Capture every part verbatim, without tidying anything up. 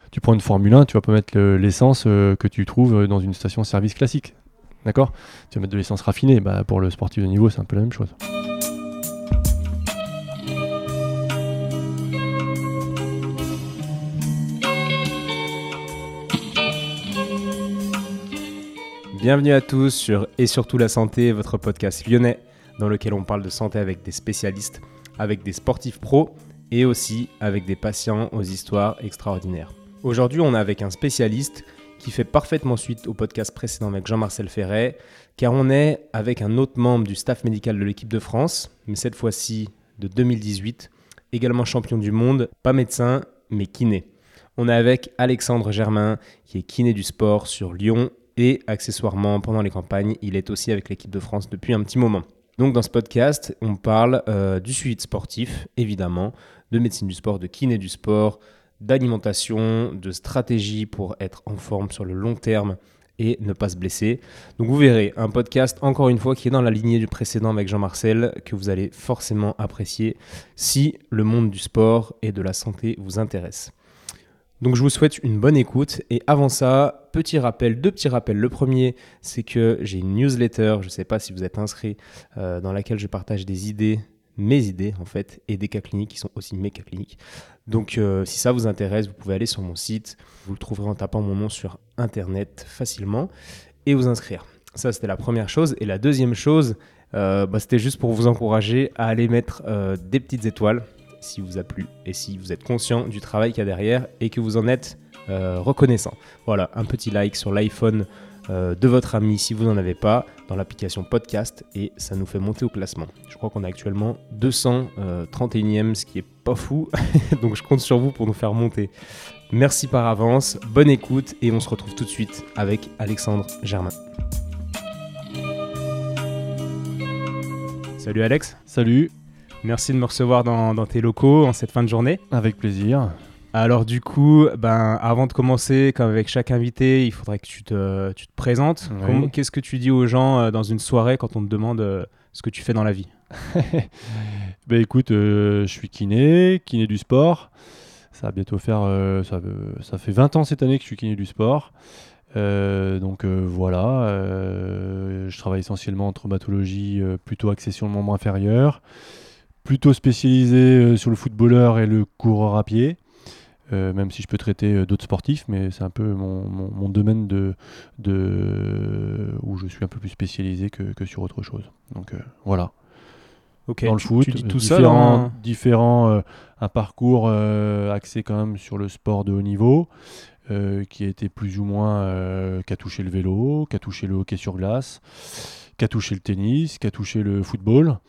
Tu prends une Formule un, tu vas pas mettre le- l'essence euh, que tu trouves dans une station-service classique. D'accord ? Tu vas mettre de l'essence raffinée. Bah, pour le sportif de niveau, c'est un peu la même chose. Bienvenue à tous sur Et surtout la santé, votre podcast lyonnais dans lequel on parle de santé avec des spécialistes, avec des sportifs pros et aussi avec des patients aux histoires extraordinaires. Aujourd'hui, on est avec un spécialiste qui fait parfaitement suite au podcast précédent avec Jean-Marcel Ferret, car on est avec un autre membre du staff médical de l'équipe de France, mais cette fois-ci de deux mille dix-huit, également champion du monde, pas médecin, mais kiné. On est avec Alexandre Germain, qui est kiné du sport sur Lyon, et accessoirement, pendant les campagnes, il est aussi avec l'équipe de France depuis un petit moment. Donc dans ce podcast, on parle euh, du suivi de sportif, évidemment, de médecine du sport, de kiné du sport, d'alimentation, de stratégie pour être en forme sur le long terme et ne pas se blesser. Donc vous verrez, un podcast, encore une fois, qui est dans la lignée du précédent avec Jean-Marcel, que vous allez forcément apprécier si le monde du sport et de la santé vous intéresse. Donc je vous souhaite une bonne écoute et avant ça, petit rappel, deux petits rappels. Le premier, c'est que j'ai une newsletter, je ne sais pas si vous êtes inscrit, euh, dans laquelle je partage des idées, mes idées en fait, et des cas cliniques qui sont aussi mes cas cliniques. Donc euh, si ça vous intéresse, vous pouvez aller sur mon site, vous le trouverez en tapant mon nom sur internet facilement et vous inscrire. Ça c'était la première chose. Et la deuxième chose, euh, bah, c'était juste pour vous encourager à aller mettre euh, des petites étoiles si vous a plu et si vous êtes conscient du travail qu'il y a derrière et que vous en êtes euh, reconnaissant. Voilà, un petit like sur l'iPhone euh, de votre ami si vous n'en avez pas dans l'application podcast et ça nous fait monter au classement. Je crois qu'on est actuellement deux cent trente et unième, ce qui est pas fou, donc je compte sur vous pour nous faire monter. Merci par avance, bonne écoute et on se retrouve tout de suite avec Alexandre Germain. Salut Alex. Salut. Merci de me recevoir dans, dans tes locaux en cette fin de journée. Avec plaisir. Alors du coup, ben, avant de commencer, comme avec chaque invité, il faudrait que tu te, tu te présentes. Oui. Comment, qu'est-ce que tu dis aux gens euh, dans une soirée quand on te demande euh, ce que tu fais dans la vie ? Ben écoute, euh, je suis kiné, kiné du sport. Ça va bientôt faire, euh, ça, euh, ça fait vingt ans cette année que je suis kiné du sport. Euh, donc euh, voilà, euh, je travaille essentiellement en traumatologie, euh, plutôt axée sur le membre inférieur. Plutôt spécialisé euh, sur le footballeur et le coureur à pied, euh, même si je peux traiter euh, d'autres sportifs, mais c'est un peu mon, mon, mon domaine de, de, où je suis un peu plus spécialisé que, que sur autre chose. Donc euh, voilà. Ok. Dans le tu, foot, tu dis tout différents, seul en... différents euh, un parcours euh, axé quand même sur le sport de haut niveau, euh, qui a été plus ou moins, euh, qui a touché le vélo, qui a touché le hockey sur glace, qui a touché le tennis, qui a touché le football.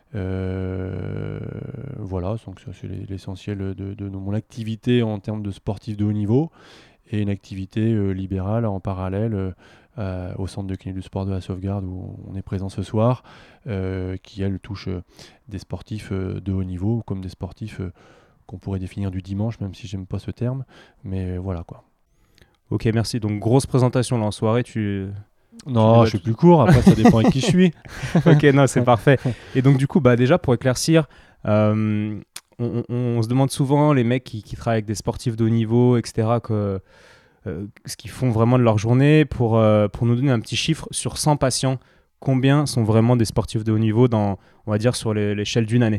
Euh, voilà, donc ça c'est l'essentiel de, de, de mon activité en termes de sportif de haut niveau et une activité euh, libérale en parallèle euh, au centre de kiné du sport de la Sauvegarde où on est présent ce soir, euh, qui elle touche euh, des sportifs euh, de haut niveau comme des sportifs euh, qu'on pourrait définir du dimanche, même si j'aime pas ce terme, mais voilà quoi. Ok, merci. Donc grosse présentation là en soirée, tu... Non, je suis plus court, après ça dépend avec qui je suis. Ok, non, c'est parfait. Et donc du coup, bah, déjà pour éclaircir, euh, on, on, on se demande souvent, les mecs qui, qui travaillent avec des sportifs de haut niveau, et cetera, que, euh, ce qu'ils font vraiment de leur journée, pour, euh, pour nous donner un petit chiffre sur cent patients, combien sont vraiment des sportifs de haut niveau dans, on va dire, sur les, l'échelle d'une année ?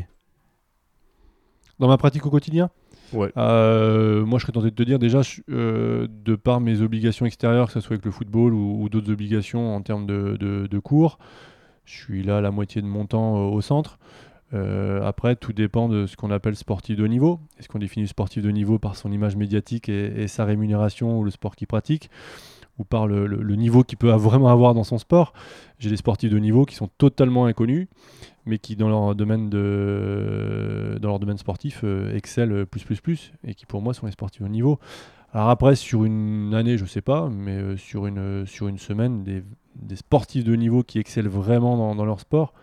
Dans ma pratique au quotidien ? Ouais. Euh, moi, je serais tenté de te dire déjà, euh, de par mes obligations extérieures, que ce soit avec le football ou, ou d'autres obligations en termes de, de, de cours, je suis là la moitié de mon temps euh, au centre. Euh, après, tout dépend de ce qu'on appelle sportif de haut niveau. Est-ce qu'on définit sportif de niveau par son image médiatique et, et sa rémunération ou le sport qu'il pratique, ou par le, le, le niveau qu'il peut vraiment avoir dans son sport ? J'ai des sportifs de niveau qui sont totalement inconnus, mais qui dans leur domaine, de, dans leur domaine sportif euh, excellent plus, plus, plus, et qui pour moi sont les sportifs de haut niveau. Alors après, sur une année, je sais pas, mais euh, sur, une, sur une semaine, des, des sportifs de haut niveau qui excellent vraiment dans, dans leur sport,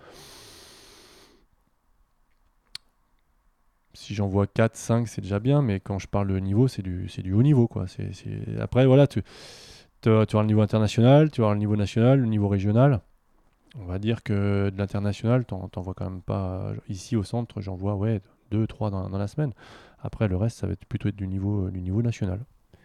si j'en vois quatre, cinq, c'est déjà bien, mais quand je parle de niveau, c'est du, c'est du haut niveau, quoi. C'est, c'est... Après, voilà, tu, tu auras le niveau international, tu auras le niveau national, le niveau régional. On va dire que de l'international, t'en, t'en vois quand même pas. Ici au centre, j'en vois ouais, deux, trois dans, dans la semaine. Après, le reste, ça va être plutôt être du niveau, du niveau national.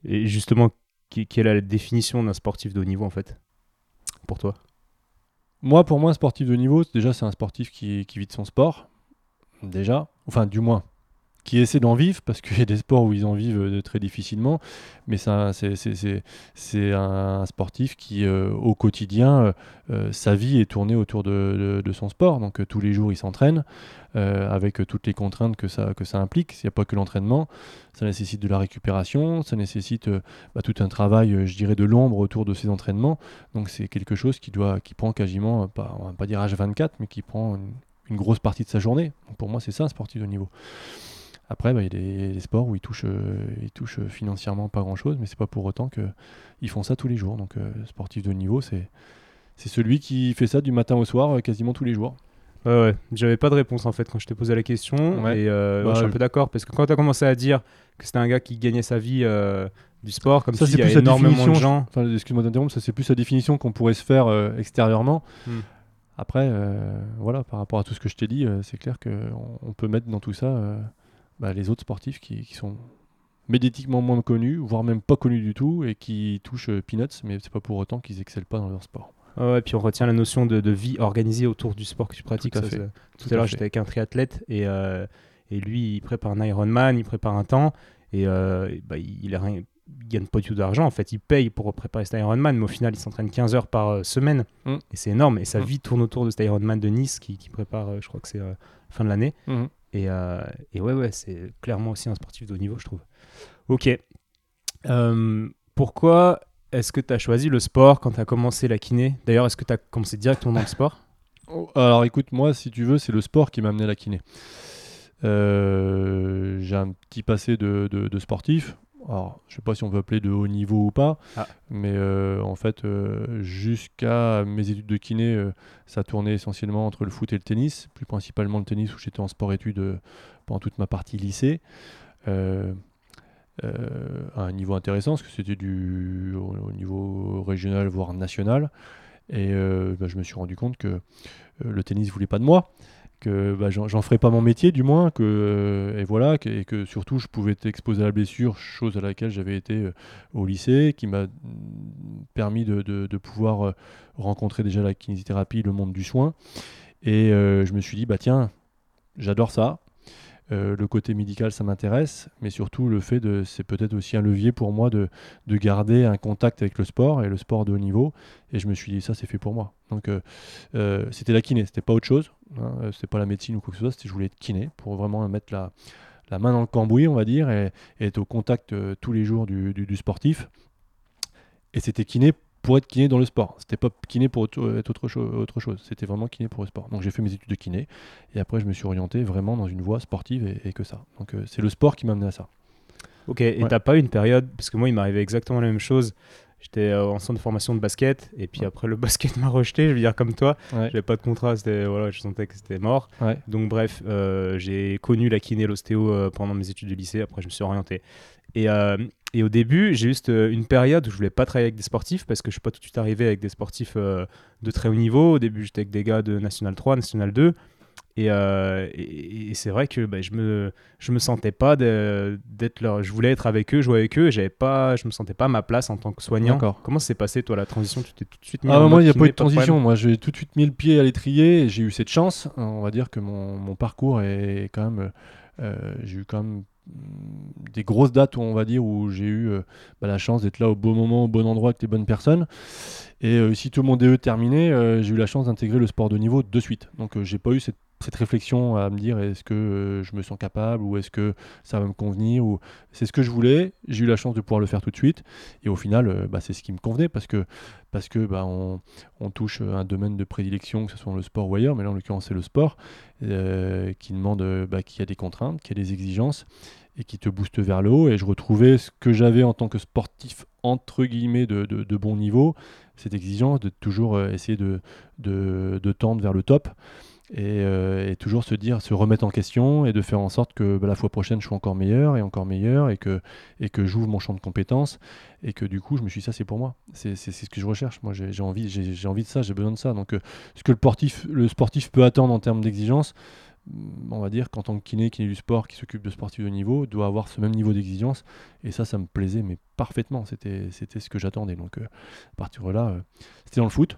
Et justement, qui- quelle est la définition d'un sportif de haut niveau en fait, pour toi? Moi, pour moi, un sportif de niveau, déjà, c'est un sportif qui, qui vit de son sport, déjà. Enfin, du moins, qui essaient d'en vivre, parce qu'il y a des sports où ils en vivent euh, très difficilement, mais c'est un, c'est, c'est, c'est, c'est un sportif qui, euh, au quotidien, euh, euh, sa vie est tournée autour de, de, de son sport, donc euh, tous les jours il s'entraîne, euh, avec euh, toutes les contraintes que ça, que ça implique. Il n'y a pas que l'entraînement, ça nécessite de la récupération, ça nécessite euh, bah, tout un travail, euh, je dirais, de l'ombre autour de ces entraînements, donc c'est quelque chose qui, doit, qui prend quasiment, euh, pas, on va pas dire H vingt-quatre, mais qui prend une, une grosse partie de sa journée. Donc pour moi, c'est ça un sportif de niveau. Après, bah, il y a des, des sports où ils touchent, euh, ils touchent financièrement pas grand-chose, mais c'est pas pour autant qu'ils font ça tous les jours. Donc, euh, sportif de niveau, c'est, c'est celui qui fait ça du matin au soir, euh, quasiment tous les jours. Ouais, ouais. J'avais pas de réponse en fait quand je t'ai posé la question. Ouais. Et euh, Bah, ouais, je suis un je- peu d'accord parce que quand tu as commencé à dire que c'était un gars qui gagnait sa vie euh, du sport, comme Ça, s'il c'est y a plus la énormément définition. de je- gens. Enfin, excuse-moi d'interrompre, ça, c'est plus la définition qu'on pourrait se faire euh, extérieurement. Hmm. Après, euh, voilà, par rapport à tout ce que je t'ai dit, euh, c'est clair qu'on on peut mettre dans tout ça euh, bah, les autres sportifs qui, qui sont médiatiquement moins connus, voire même pas connus du tout, et qui touchent euh, peanuts, mais c'est pas pour autant qu'ils excellent pas dans leur sport. Ouais, ouais, puis on retient la notion de, de vie organisée autour du sport que tu pratiques. Tout à ça, fait. c'est- Tout, Tout à à l'heure, fait. j'étais avec un triathlète et, euh, et lui, il prépare un Ironman, il prépare un temps et, euh, et bah, il, il, a rien- il gagne pas du tout d'argent. En fait, il paye pour préparer cet Ironman, mais au final, il s'entraîne quinze heures par euh, semaine Mm. et c'est énorme. Et sa Mm. vie tourne autour de cet Ironman de Nice qui, qui prépare, euh, je crois que c'est euh, fin de l'année. Mhm. Et, euh, et ouais, ouais, c'est clairement aussi un sportif de haut niveau, je trouve. Ok. Euh, pourquoi est-ce que tu as choisi le sport quand tu as commencé la kiné? D'ailleurs, est-ce que tu as commencé directement dans le sport? Oh, alors écoute, moi, si tu veux, c'est le sport qui m'a amené à la kiné. Euh, j'ai un petit passé de, de- de sportif. Alors, je sais pas si on veut appeler de haut niveau ou pas, Ah. mais euh, en fait, euh, jusqu'à mes études de kiné, euh, ça tournait essentiellement entre le foot et le tennis, plus principalement le tennis où j'étais en sport-études euh, pendant toute ma partie lycée. Euh, euh, à un niveau intéressant, parce que c'était du, au, au niveau régional, voire national. Et euh, bah, je me suis rendu compte que euh, le tennis voulait pas de moi, que bah, j'en, j'en ferais pas mon métier du moins, que, euh, et voilà, que, et que surtout je pouvais être exposé à la blessure, chose à laquelle j'avais été euh, au lycée, qui m'a mm, permis de, de- de pouvoir euh, rencontrer déjà la kinésithérapie, le monde du soin. Et euh, je me suis dit, bah tiens, j'adore ça. Euh, le côté médical, ça m'intéresse, mais surtout le fait de, c'est peut-être aussi un levier pour moi de, de garder un contact avec le sport et le sport de haut niveau. Et je me suis dit, ça, c'est fait pour moi. Donc, euh, euh, c'était la kiné, c'était pas autre chose. Hein, euh, c'était pas la médecine ou quoi que ce soit. C'était, je voulais être kiné pour vraiment mettre la, la main dans le cambouis, on va dire, et, et être au contact euh, tous les jours du, du- du sportif. Et c'était kiné pour être kiné dans le sport. C'était pas kiné pour autre- être autre, cho- autre chose. C'était vraiment kiné pour le sport. Donc j'ai fait mes études de kiné et après je me suis orienté vraiment dans une voie sportive et, et que ça. Donc euh, c'est le sport qui m'a amené à ça. Ok, et Ouais. t'as pas eu une période, parce que moi il m'arrivait exactement la même chose. J'étais euh, en centre de formation de basket, et puis Ouais. après le basket m'a rejeté, je veux dire comme toi. Ouais. J'avais pas de contrat, c'était, voilà, je sentais que c'était mort. Ouais. Donc bref, euh, j'ai connu la kiné et l'ostéo euh, pendant mes études de lycée, après je me suis orienté. Et, euh, et au début, j'ai juste euh, une période où je voulais pas travailler avec des sportifs, parce que je suis pas tout de suite arrivé avec des sportifs euh, de très haut niveau. Au début, j'étais avec des gars de National trois, National deux. Et, euh, et, et c'est vrai que bah, je me je me sentais pas de- d'être là. Je voulais être avec eux, jouer avec eux. Et j'avais pas, je me sentais pas à ma place en tant que soignant. D'accord. Comment s'est passé toi la transition? Tu t'es tout de suite mis Ah, en moi, mode il n'y a kiné, pas eu de problème? transition. Moi, j'ai tout de suite mis le pied à l'étrier et j'ai eu cette chance. On va dire que mon, mon parcours est quand même. euh, j'ai eu quand même mm, des grosses dates, où, on va dire, où j'ai eu euh, bah, la chance d'être là au bon moment, au bon endroit avec les bonnes personnes. Et euh, si tout mon D E terminé, euh, j'ai eu la chance d'intégrer le sport de niveau de suite. Donc, euh, j'ai pas eu cette, cette réflexion à me dire est-ce que euh, je me sens capable ou est-ce que ça va me convenir ou c'est ce que je voulais. J'ai eu la chance de pouvoir le faire tout de suite. Et au final, euh, bah, c'est ce qui me convenait parce que parce que bah, on, on touche un domaine de prédilection, que ce soit dans le sport ou ailleurs, mais là en l'occurrence c'est le sport, euh, qui demande, euh, bah, qui a des contraintes, qui a des exigences et qui te booste vers le haut. Et je retrouvais ce que j'avais en tant que sportif entre guillemets de, de, de bon niveau, cette exigence de toujours euh, essayer de, de, de tendre vers le top. Et, euh, et toujours se dire, se remettre en question et de faire en sorte que bah, la fois prochaine je sois encore meilleur et encore meilleur et que, et que j'ouvre mon champ de compétences et que du coup je me suis dit ça c'est pour moi, c'est, c'est, c'est ce que je recherche, moi j'ai, j'ai, envie, j'ai, j'ai envie de ça, j'ai besoin de ça. Donc euh, ce que le sportif, le sportif peut attendre en termes d'exigence, on va dire qu'en tant que kiné, kiné du sport, qui s'occupe de sportifs de haut niveau, doit avoir ce même niveau d'exigence. Et ça, ça me plaisait, mais parfaitement. C'était, c'était ce que j'attendais. Donc, euh, à partir de là, euh, c'était dans le foot.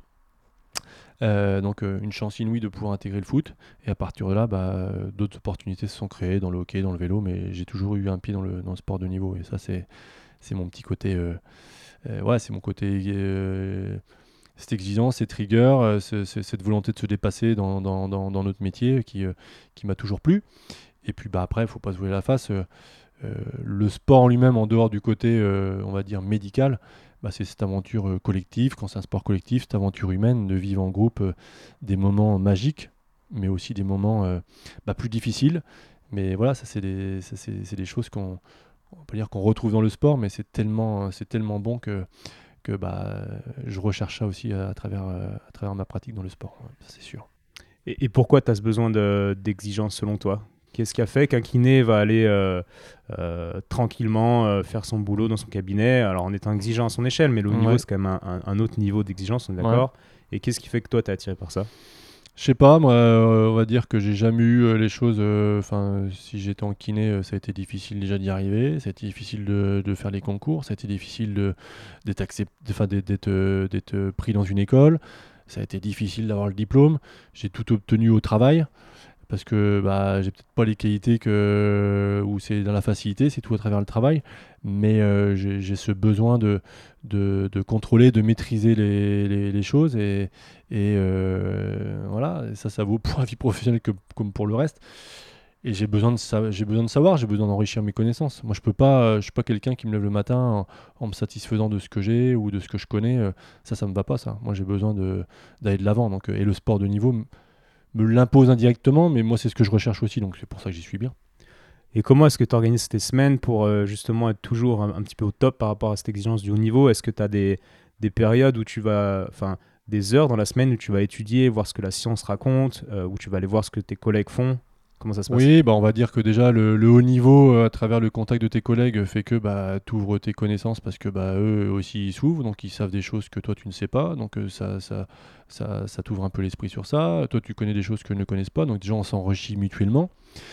Euh, donc, euh, une chance inouïe de pouvoir intégrer le foot. Et à partir de là, bah, euh, d'autres opportunités se sont créées dans le hockey, dans le vélo. Mais j'ai toujours eu un pied dans le, dans le sport de niveau. Et ça, c'est, c'est mon petit côté. Euh, euh, ouais, c'est mon côté. Euh, cette exigence, cette rigueur, euh, ce- ce- cette volonté de se dépasser dans, dans, dans, dans notre métier qui, euh, qui m'a toujours plu. Et puis bah, après, il ne faut pas se voiler la face. euh, euh, le sport en lui-même, en dehors du côté, euh, on va dire, médical, bah, c'est cette aventure euh, collective. Quand c'est un sport collectif, cette aventure humaine de vivre en groupe euh, des moments magiques, mais aussi des moments euh, bah, plus difficiles. Mais voilà, ça, c'est des, ça, c'est, c'est des choses qu'on on peut dire qu'on retrouve dans le sport, mais c'est tellement, c'est tellement bon que que bah, je recherche ça aussi à, à travers, euh, à travers ma pratique dans le sport, ouais, ça c'est sûr. Et, et pourquoi tu as ce besoin de, d'exigence selon toi? Qu'est-ce qui a fait qu'un kiné va aller euh, euh, tranquillement euh, faire son boulot dans son cabinet, alors en étant exigeant à son échelle, mais le haut niveau, Ouais. c'est quand même un, un- un autre niveau d'exigence, on est Ouais. d'accord? Et qu'est-ce qui fait que toi, tu es attiré par ça? Je sais pas, moi, euh, on va dire que j'ai jamais eu euh, les choses. Enfin, si j'étais en kiné, euh, ça a été difficile déjà d'y arriver. Ça a été difficile de, de faire les concours. Ça a été difficile de, d'être, accep- enfin, d'être, d'être, euh, d'être, euh, pris dans une école. Ça a été difficile d'avoir le diplôme. J'ai tout obtenu au travail. Parce que bah, j'ai peut-être pas les qualités que, où c'est dans la facilité, c'est tout à travers le travail, mais euh, j'ai, j'ai ce besoin de, de, de contrôler, de maîtriser les, les, les choses, et, et euh, voilà, et ça, ça vaut pour la vie professionnelle que, comme pour le reste. Et j'ai besoin de, sa- j'ai besoin de savoir, j'ai besoin d'enrichir mes connaissances. Moi, je peux pas, euh, je suis pas quelqu'un qui me lève le matin en, en me satisfaisant de ce que j'ai ou de ce que je connais. euh, Ça, ça me va pas, ça. Moi, j'ai besoin de, d'aller de l'avant. Donc, euh, et le sport de niveau me l'impose indirectement, mais moi c'est ce que je recherche aussi, donc c'est pour ça que j'y suis bien. Et comment est-ce que tu organises tes semaines pour euh, justement être toujours un, un petit peu au top par rapport à cette exigence du haut niveau? Est-ce que tu as des, des périodes où tu vas, enfin, des heures dans la semaine où tu vas étudier, voir ce que la science raconte, euh, où tu vas aller voir ce que tes collègues font? Comment ça se passe? Oui, bah on va dire que déjà le, le haut niveau, euh, à travers le contact de tes collègues, fait que bah, tu ouvres tes connaissances parce que bah, eux aussi ils s'ouvrent, donc ils savent des choses que toi tu ne sais pas, donc euh, ça, ça, ça, ça t'ouvre un peu l'esprit sur ça. Toi tu connais des choses que ne connaissent pas, donc déjà on s'enrichit mutuellement.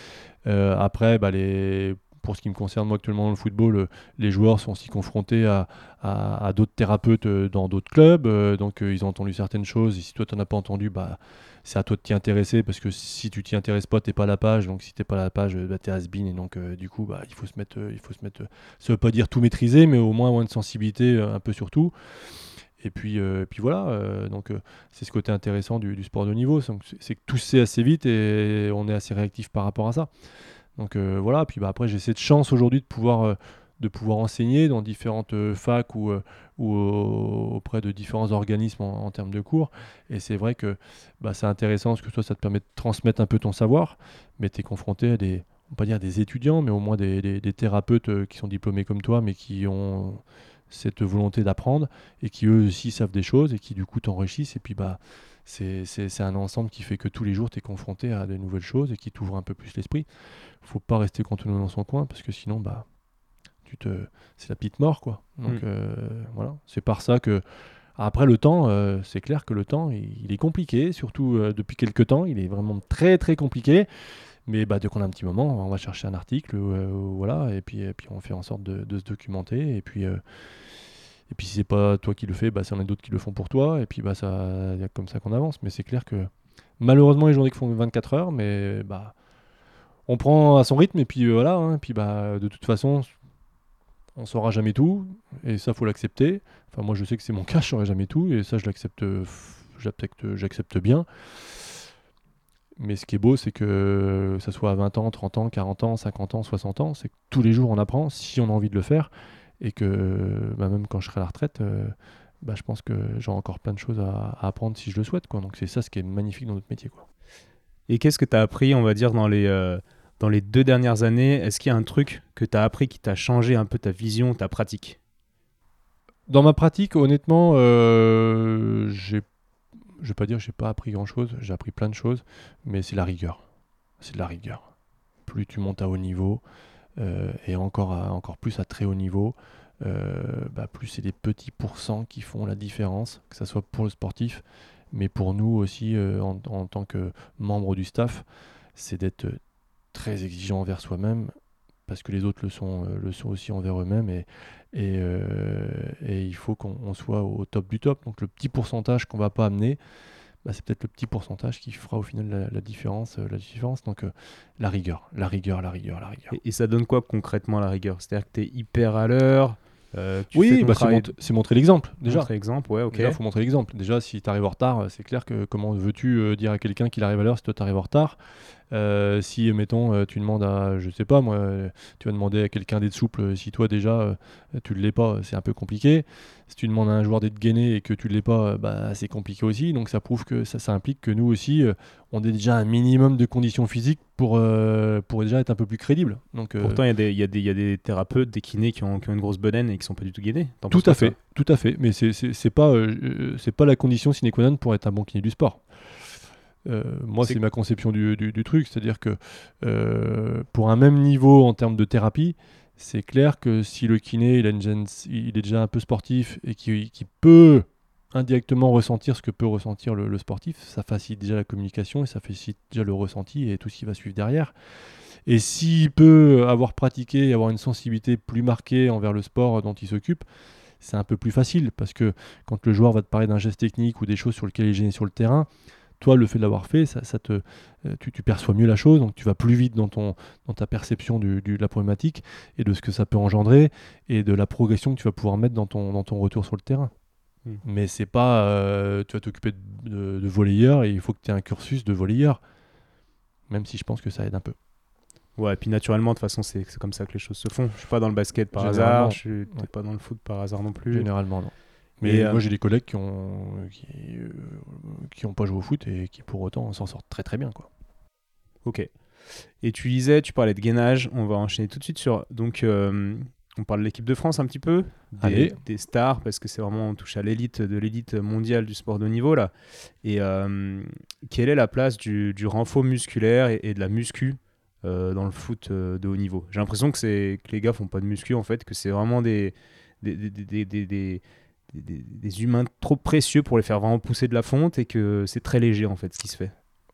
Euh, après, bah, les... pour ce qui me concerne, moi actuellement dans le football, euh, les joueurs sont aussi confrontés à, à- à d'autres thérapeutes euh, dans d'autres clubs. Euh, donc euh, ils ont entendu certaines choses. Et si toi, tu n'en as pas entendu, bah, c'est à toi de t'y intéresser. Parce que si tu t'y intéresses pas, tu n'es pas à la page. Donc si tu n'es pas à la page, euh, bah, tu es has-been. Et donc euh, du coup, bah, il faut se mettre. euh, il faut se mettre euh, ça ne veut pas dire tout maîtriser, mais au moins avoir une sensibilité euh, un peu sur tout. Et puis, euh, et puis voilà, euh, donc euh, c'est ce côté intéressant du, du sport de haut niveau, c'est c'est que tout se sait assez vite et on est assez réactif par rapport à ça. Donc euh, voilà, puis bah, après j'ai cette chance aujourd'hui de pouvoir, euh, de pouvoir enseigner dans différentes euh, facs ou, euh, ou au- auprès de différents organismes en, en termes de cours. Et c'est vrai que bah, c'est intéressant parce que toi ça te permet de transmettre un peu ton savoir, mais tu es confronté à des, on va pas dire des étudiants, mais au moins des, des- des thérapeutes euh, qui sont diplômés comme toi, mais qui ont cette volonté d'apprendre et qui eux aussi savent des choses et qui du coup t'enrichissent. Et puis bah c'est c'est- c'est un ensemble qui fait que tous les jours tu es confronté à de nouvelles choses et qui t'ouvre un peu plus l'esprit. Faut pas rester cantonné dans son coin parce que sinon bah tu te c'est la petite mort quoi. Mm. Donc euh, voilà, c'est par ça que après le temps, euh, c'est clair que le temps il, il est compliqué, surtout euh, depuis quelques temps, il est vraiment très très compliqué. Mais bah dès qu'on a un petit moment, on va chercher un article, euh, voilà, et puis et puis on fait en sorte de, de se documenter et puis euh, et puis si c'est pas toi qui le fais, bah c'est en a d'autres qui le font pour toi et puis bah ça y a comme ça qu'on avance. Mais c'est clair que malheureusement les journées qui font vingt-quatre heures, mais bah on prend à son rythme et puis euh, voilà, hein, et puis bah de toute façon on saura jamais tout et ça faut l'accepter. Enfin moi je sais que c'est mon cas, je saurai jamais tout et ça je l'accepte, euh, j'accepte, j'accepte bien. Mais ce qui est beau c'est que ça soit à vingt ans, trente ans, quarante ans, cinquante ans, soixante ans, c'est que tous les jours on apprend si on a envie de le faire et que bah, même quand je serai à la retraite, euh, bah, je pense que j'aurai encore plein de choses à, à apprendre si je le souhaite quoi. Donc c'est ça ce qui est magnifique dans notre métier quoi. Et qu'est-ce que tu as appris, on va dire, dans les, euh, dans les deux dernières années? Est-ce qu'il y a un truc que tu as appris qui t'a changé un peu ta vision, ta pratique? Dans ma pratique, honnêtement, euh, j'ai je vais pas dire que j'ai pas appris grand chose, j'ai appris plein de choses, mais c'est la rigueur. C'est de la rigueur. Plus tu montes à haut niveau, euh, et encore, à- encore plus à très haut niveau, euh, bah, plus c'est des petits pourcents qui font la différence, que ce soit pour le sportif, mais pour nous aussi euh, en, en tant que membre du staff. c'est d'être très exigeant envers soi-même, parce que les autres le sont, euh, le sont aussi envers eux-mêmes, et, et, euh, et il faut qu'on on soit au top du top. Donc le petit pourcentage qu'on va pas amener, bah, c'est peut-être le petit pourcentage qui fera au final la, la différence. euh, la différence. Donc euh, la rigueur, la rigueur, la rigueur, la rigueur. Et, et ça donne quoi concrètement la rigueur? C'est-à-dire que tu es hyper à l'heure, euh, tu fais Oui, ton bah, c'est, travail. mont- c'est montrer l'exemple déjà. Montre exemple, ouais, ok. Déjà, il faut montrer l'exemple. Déjà, si tu arrives en retard, euh, c'est clair que comment veux-tu euh, dire à quelqu'un qu'il arrive à l'heure si toi tu arrives en retard? Euh, si, mettons, euh, tu demandes à, je sais pas moi, euh, tu vas demander à quelqu'un d'être souple, euh, si toi déjà euh, tu ne l'es pas, euh, c'est un peu compliqué. Si tu demandes à un joueur d'être gainé et que tu ne l'es pas, euh, bah, c'est compliqué aussi. Donc ça prouve que ça, ça implique que nous aussi, euh, on a déjà un minimum de conditions physiques pour, euh, pour déjà être un peu plus crédible. Donc, euh, Pourtant, il y, a des- il y, a des- il y a des thérapeutes, des kinés qui ont, qui ont une grosse bedaine et qui sont pas du tout gainés. T'en tout penses quoi à de ça? fait, tout à fait. Mais c'est c'est- c'est pas, euh, euh, c'est pas la condition sine qua non pour être un bon kiné du sport. Euh, moi, C'est- c'est ma conception du, du- du truc, c'est-à-dire que euh, pour un même niveau en termes de thérapie, c'est clair que si le kiné il, a une gêne- il est déjà un peu sportif et qui peut indirectement ressentir ce que peut ressentir le, le sportif, ça facilite déjà la communication et ça facilite déjà le ressenti et tout ce qui va suivre derrière. Et s'il peut avoir pratiqué et avoir une sensibilité plus marquée envers le sport dont il s'occupe, c'est un peu plus facile parce que quand le joueur va te parler d'un geste technique ou des choses sur lesquelles il est gêné sur le terrain, toi, le fait de l'avoir fait, ça, ça te, euh, tu, tu perçois mieux la chose, donc tu vas plus vite dans, ton, dans ta perception du, du- de la problématique et de ce que ça peut engendrer et de la progression que tu vas pouvoir mettre dans ton, dans ton retour sur le terrain. Hmm. Mais c'est pas, euh, tu vas t'occuper de, de, de volleyeur et il faut que tu aies un cursus de volleyeur, même si je pense que ça aide un peu. Ouais, et puis naturellement, de toute façon, c'est c'est comme ça que les choses se font. Je suis pas dans le basket par Généralement, hasard, je suis peut-être ouais. pas dans le foot par hasard non plus. Généralement, non. Mais Et, euh, moi, j'ai des collègues qui ont, qui, euh, qui ont pas joué au foot et qui pour autant s'en sortent très très bien, quoi. Ok. Et tu disais, tu parlais de gainage, on va enchaîner tout de suite sur. Donc, euh, on parle de l'équipe de France un petit peu, des, Allez. des stars, parce que c'est vraiment, on touche à l'élite de l'élite mondiale du sport de haut niveau là. Et euh, quelle est la place du, du renfort musculaire et, et de la muscu euh, dans le foot euh, de haut niveau? J'ai l'impression que, c'est, que les gars font pas de muscu en fait, que c'est vraiment des, des, des, des, des, des, des, des- des humains trop précieux pour les faire vraiment pousser de la fonte et que c'est très léger en fait ce qui se fait.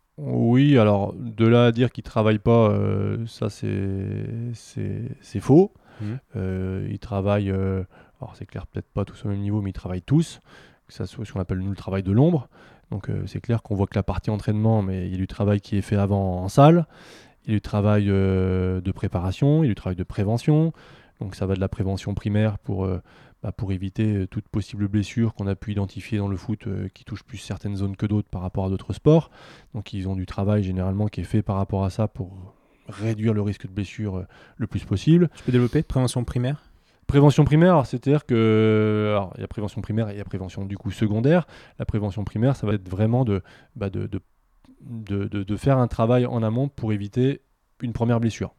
Oui, alors de là à dire qu'ils travaillent pas, euh, ça c'est c'est c'est faux. Mhm. Euh, ils travaillent, euh, alors c'est clair peut-être pas tous au même niveau, mais ils travaillent tous. Que ça soit ce qu'on appelle nous le travail de l'ombre. Donc euh, c'est clair qu'on voit que la partie entraînement, mais il y a du travail qui est fait avant en salle, il y a du travail euh, de préparation, il y a du travail de prévention. Donc ça va de la prévention primaire pour euh, bah, pour éviter euh, toute possible blessure qu'on a pu identifier dans le foot euh, qui touche plus certaines zones que d'autres par rapport à d'autres sports. Donc ils ont du travail généralement qui est fait par rapport à ça pour réduire le risque de blessure euh, le plus possible. Tu peux développer prévention primaire? Prévention primaire, alors, c'est-à-dire que alors, il y a prévention primaire et il y a prévention du coup secondaire. La prévention primaire, ça va être vraiment de, bah, de, de, de, de- de faire un travail en amont pour éviter une première blessure.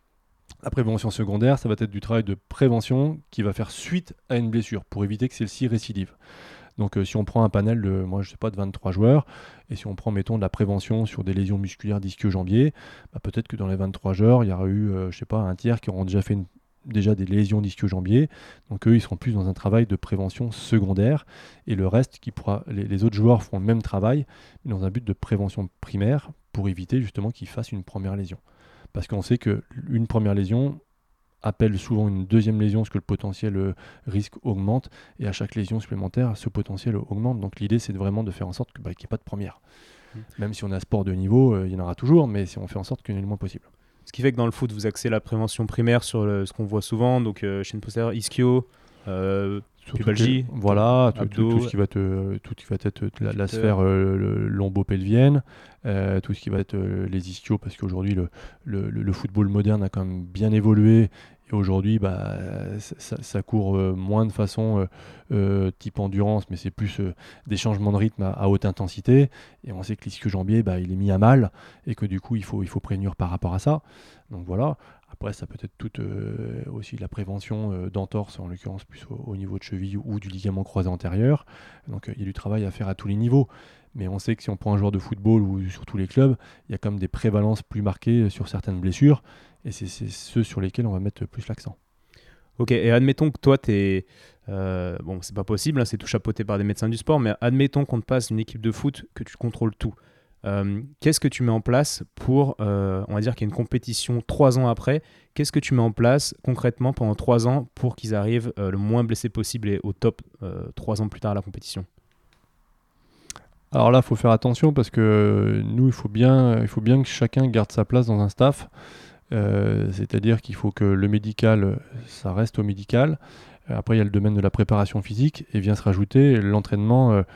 La prévention secondaire, ça va être du travail de prévention qui va faire suite à une blessure pour éviter que celle-ci récidive. Donc euh, si on prend un panel de, moi, je sais pas, de vingt-trois joueurs, et si on prend, mettons, de la prévention sur des lésions musculaires d'ischio-jambier, bah, peut-être que dans les vingt-trois joueurs, il y aura eu, euh, je sais pas, un tiers qui auront déjà fait une- déjà des lésions d'ischio-jambier. Donc eux, ils seront plus dans un travail de prévention secondaire, et le reste, qui pourra, les, les autres joueurs feront le même travail, mais dans un but de prévention primaire, pour éviter justement qu'ils fassent une première lésion. Parce qu'on sait qu'une première lésion appelle souvent une deuxième lésion, parce que le potentiel euh, risque augmente, et à chaque lésion supplémentaire, ce potentiel augmente. Donc l'idée, c'est de vraiment de faire en sorte que, bah, qu'il n'y ait pas de première. Mmh. Même si on a un sport de niveau, euh, il y en aura toujours, mais si on fait en sorte qu'il y en ait le moins possible. Ce qui fait que dans le foot, vous axez la prévention primaire sur le- ce qu'on voit souvent, donc euh, chaîne postérieure, ischio, euh, Surtout pubalgie, que- voilà, tout, abdos, tout- tout ce qui va te, tout ce qui va être la, la adducteur. sphère euh, le- lombo-pelvienne, euh, tout ce qui va être euh, les ischios, parce qu'aujourd'hui le, le, le- le football moderne a quand même bien évolué. Et aujourd'hui, bah, ça, ça- ça court euh, moins de façon euh, euh, type endurance, mais c'est plus euh, des changements de rythme à, à haute intensité. Et on sait que l'ischio-jambier, bah, il est mis à mal et que du coup, il faut, il faut prévenir par rapport à ça. Donc voilà. Après, ça peut être toute euh, aussi de la prévention euh, d'entorse, en l'occurrence plus au, au niveau de cheville ou du ligament croisé antérieur. Donc euh, il y a du travail à faire à tous les niveaux. Mais on sait que si on prend un joueur de football ou sur tous les clubs, il y a quand même des prévalences plus marquées sur certaines blessures. Et c'est, c'est ceux sur lesquels on va mettre plus l'accent. Ok, et admettons que toi, t'es... Euh, bon, c'est pas possible, hein, c'est tout chapeauté par des médecins du sport, mais admettons qu'on te passe une équipe de foot, que tu contrôles tout. Euh, qu'est-ce que tu mets en place pour, euh, on va dire qu'il y a une compétition trois ans après, qu'est-ce que tu mets en place concrètement pendant trois ans pour qu'ils arrivent euh, le moins blessés possible et au top euh, trois ans plus tard à la compétition? Alors là, il faut faire attention parce que nous, il faut bien, il faut bien que chacun garde sa place dans un staff. Euh, c'est-à-dire qu'il faut que le médical, ça reste au médical. Après, il y a le domaine de la préparation physique et vient se rajouter l'entraînement, euh,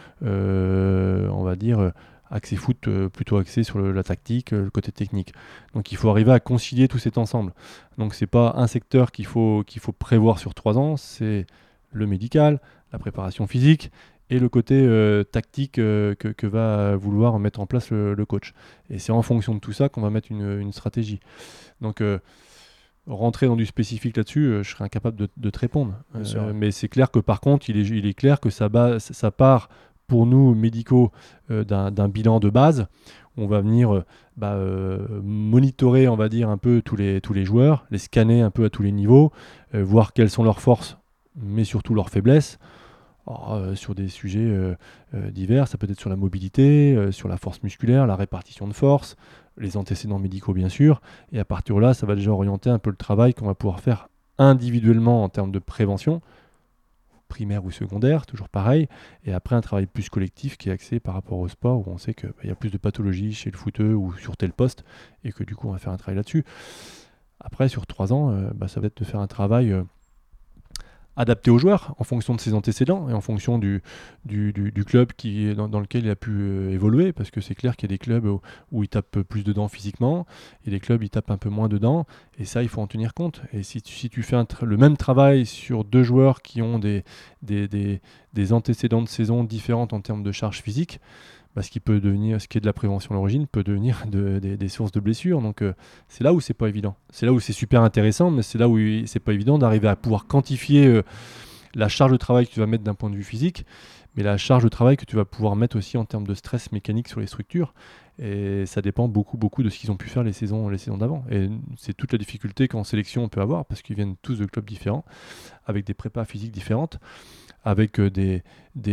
euh, on va dire, euh, axé foot, euh, plutôt axé sur le- la tactique, euh, le côté technique. Donc il faut arriver à concilier tout cet ensemble. Donc c'est pas un secteur qu'il faut, qu'il faut prévoir sur trois ans, c'est le médical, la préparation physique et le côté euh, tactique euh, que, que va vouloir mettre en place le, le coach. Et c'est en fonction de tout ça qu'on va mettre une, une stratégie. Donc euh, rentrer dans du spécifique là-dessus, euh, je serais incapable de, de te répondre. Bien sûr, Euh, ouais. mais c'est clair que par contre, il est, il est clair que ça, ba- ça part pour nous médicaux euh, d'un, d'un bilan de base. On va venir euh, bah, euh, monitorer, on va dire, un peu tous les, tous les joueurs, les scanner un peu à tous les niveaux, euh, voir quelles sont leurs forces, mais surtout leurs faiblesses. Alors, euh, sur des sujets euh, euh, divers, ça peut être sur la mobilité, euh, sur la force musculaire, la répartition de force, les antécédents médicaux bien sûr, et à partir de là, ça va déjà orienter un peu le travail qu'on va pouvoir faire individuellement en termes de prévention, primaire ou secondaire, toujours pareil, et après un travail plus collectif qui est axé par rapport au sport, où on sait qu'il y a plus de pathologies chez le footeux ou sur tel poste, et que du coup on va faire un travail là-dessus. Après, sur trois ans, euh, bah, ça va être de faire un travail... euh, adapté aux joueurs en fonction de ses antécédents et en fonction du, du, du, du club qui, dans, dans lequel il a pu euh, évoluer, parce que c'est clair qu'il y a des clubs où, où il tape plus dedans physiquement et des clubs où il tape un peu moins dedans, et ça il faut en tenir compte. Et si tu, si tu fais un tra- le même travail sur deux joueurs qui ont des, des, des, des antécédents de saison différentes en termes de charge physique, bah, ce qui peut devenir, ce qui est de la prévention à l'origine, peut devenir de- des- des sources de blessures. Donc euh, c'est là où c'est pas évident. C'est là où c'est super intéressant, mais c'est là où il- c'est pas évident d'arriver à pouvoir quantifier euh, la charge de travail que tu vas mettre d'un point de vue physique, mais la charge de travail que tu vas pouvoir mettre aussi en termes de stress mécanique sur les structures. Et ça dépend beaucoup, beaucoup de ce qu'ils ont pu faire les saisons, les saisons d'avant. Et c'est toute la difficulté qu'en sélection on peut avoir, parce qu'ils viennent tous de clubs différents, avec des prépas physiques différentes, avec euh, des,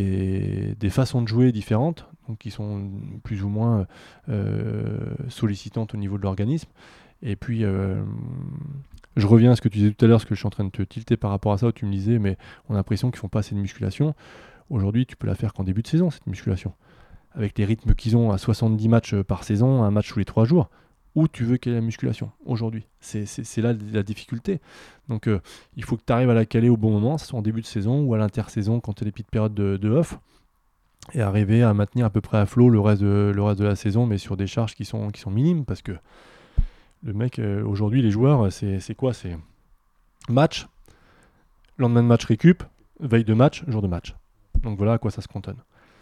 des, des façons de jouer différentes, donc qui sont plus ou moins euh, sollicitantes au niveau de l'organisme. Et puis, euh, je reviens à ce que tu disais tout à l'heure, parce que je suis en train de te tilter par rapport à ça, où tu me disais, mais on a l'impression qu'ils font pas assez de musculation. Aujourd'hui, tu peux la faire qu'en début de saison, cette musculation. Avec les rythmes qu'ils ont à soixante-dix matchs par saison, un match tous les trois jours, où tu veux qu'elle ait la musculation aujourd'hui. C'est, c'est, c'est là la difficulté. Donc euh, il faut que tu arrives à la caler au bon moment, que ce soit en début de saison ou à l'intersaison quand tu as des petites périodes de, de off, et arriver à maintenir à peu près à flot le reste de, le reste de la saison, mais sur des charges qui sont, qui sont minimes, parce que le mec, euh, aujourd'hui, les joueurs, c'est, c'est quoi? C'est match, lendemain de match récup, veille de match, jour de match. Donc voilà à quoi ça se cantonne.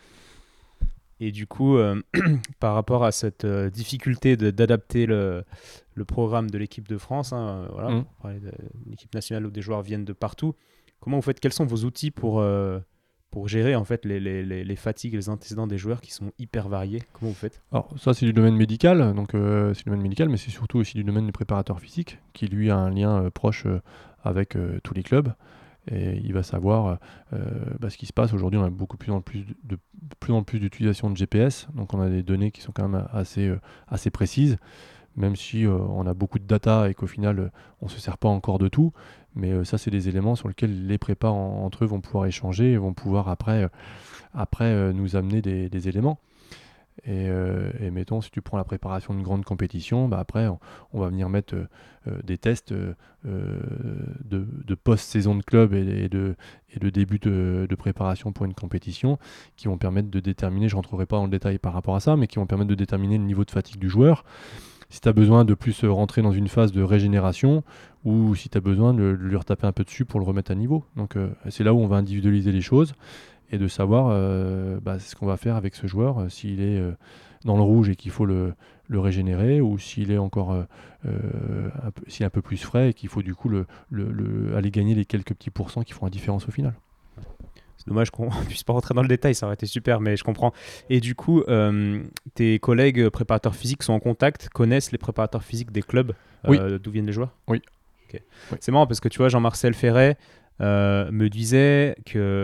Et du coup, euh, par rapport à cette euh, difficulté de, d'adapter le, le programme de l'équipe de France, hein, euh, voilà, Mm. pour parler de l'équipe nationale où des joueurs viennent de partout, comment vous faites? Quels sont vos outils pour, euh, pour gérer en fait les, les, les, les fatigues et les antécédents des joueurs qui sont hyper variés? Comment vous faites? Alors ça c'est du domaine médical, donc euh, c'est du domaine médical, mais c'est surtout aussi du domaine du préparateur physique, qui lui a un lien euh, proche euh, avec euh, tous les clubs, et il va savoir euh, bah, ce qui se passe. Aujourd'hui, on a beaucoup plus en plus de, de plus en plus d'utilisation de G P S, donc on a des données qui sont quand même assez, euh, assez précises, même si euh, on a beaucoup de data et qu'au final euh, on ne se sert pas encore de tout, mais euh, ça c'est des éléments sur lesquels les prépas en- entre eux vont pouvoir échanger et vont pouvoir après, euh, après euh, nous amener des, des éléments. Et, euh, et mettons, si tu prends la préparation d'une grande compétition, bah après, on, on va venir mettre euh, euh, des tests euh, euh, de, de post-saison de club et, et de, et de début de, de préparation pour une compétition qui vont permettre de déterminer, je ne rentrerai pas dans le détail par rapport à ça, mais qui vont permettre de déterminer le niveau de fatigue du joueur. Si tu as besoin de plus rentrer dans une phase de régénération ou si tu as besoin de, de lui retaper un peu dessus pour le remettre à niveau. Donc euh, c'est là où on va individualiser les choses et de savoir euh, bah, ce qu'on va faire avec ce joueur, euh, s'il est euh, dans le rouge et qu'il faut le, le régénérer, ou s'il est encore euh, euh, un peu, s'il est un peu plus frais et qu'il faut du coup le, le, le, aller gagner les quelques petits pourcents qui font la différence au final. C'est dommage qu'on ne puisse pas rentrer dans le détail, ça aurait été super, mais je comprends. Et du coup, euh, tes collègues préparateurs physiques sont en contact, connaissent les préparateurs physiques des clubs euh, Oui. d'où viennent les joueurs? Oui. Okay. Oui. C'est marrant parce que tu vois, Jean-Marcel Ferret euh, me disait que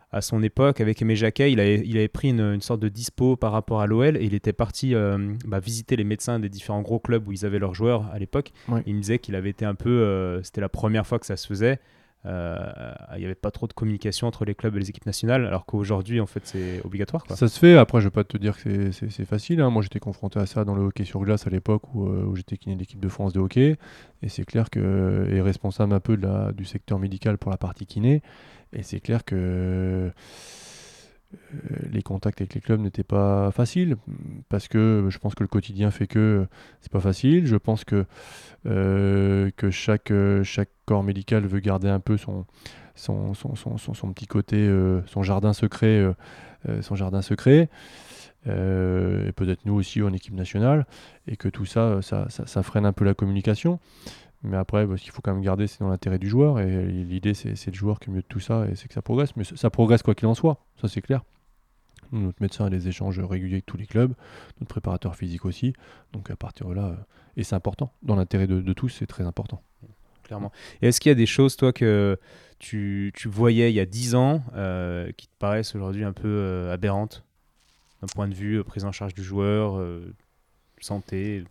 à son époque, avec Aimé Jacquet, il avait, il avait pris une, une sorte de dispo par rapport à l'O L et il était parti euh, bah, visiter les médecins des différents gros clubs où ils avaient leurs joueurs à l'époque. Ouais. Il me disait qu'il avait été un peu... Euh, c'était la première fois que ça se faisait. Euh, il n'y avait pas trop de communication entre les clubs et les équipes nationales, alors qu'aujourd'hui, en fait, c'est obligatoire, quoi. Ça se fait. Après, je vais pas te dire que c'est, c'est, c'est facile, hein. Moi, j'étais confronté à ça dans le hockey sur glace à l'époque où, euh, où j'étais kiné de l'équipe de France de hockey. Et c'est clair que est responsable un peu de la, du secteur médical pour la partie kiné. Et c'est clair que euh, les contacts avec les clubs n'étaient pas faciles parce que je pense que le quotidien fait que c'est pas facile. Je pense que euh, que chaque euh, chaque corps médical veut garder un peu son son, son, son, son, son petit côté, euh, son jardin secret, euh, euh, son jardin secret. Euh, et peut-être nous aussi en équipe nationale, et que tout ça, ça, ça, ça freine un peu la communication. Mais après, bah, ce qu'il faut quand même garder, c'est dans l'intérêt du joueur, et l'idée, c'est, c'est le joueur qui est mieux de tout ça, et c'est que ça progresse. Mais ça progresse quoi qu'il en soit, ça c'est clair. Nous, notre médecin a des échanges réguliers avec tous les clubs, notre préparateur physique aussi, donc à partir de là, euh, et c'est important, dans l'intérêt de, de tous, c'est très important. Clairement. Et est-ce qu'il y a des choses, toi, que tu, tu voyais il y a dix ans, euh, qui te paraissent aujourd'hui un peu euh, aberrantes, d'un point de vue euh, prise en charge du joueur, euh, santé?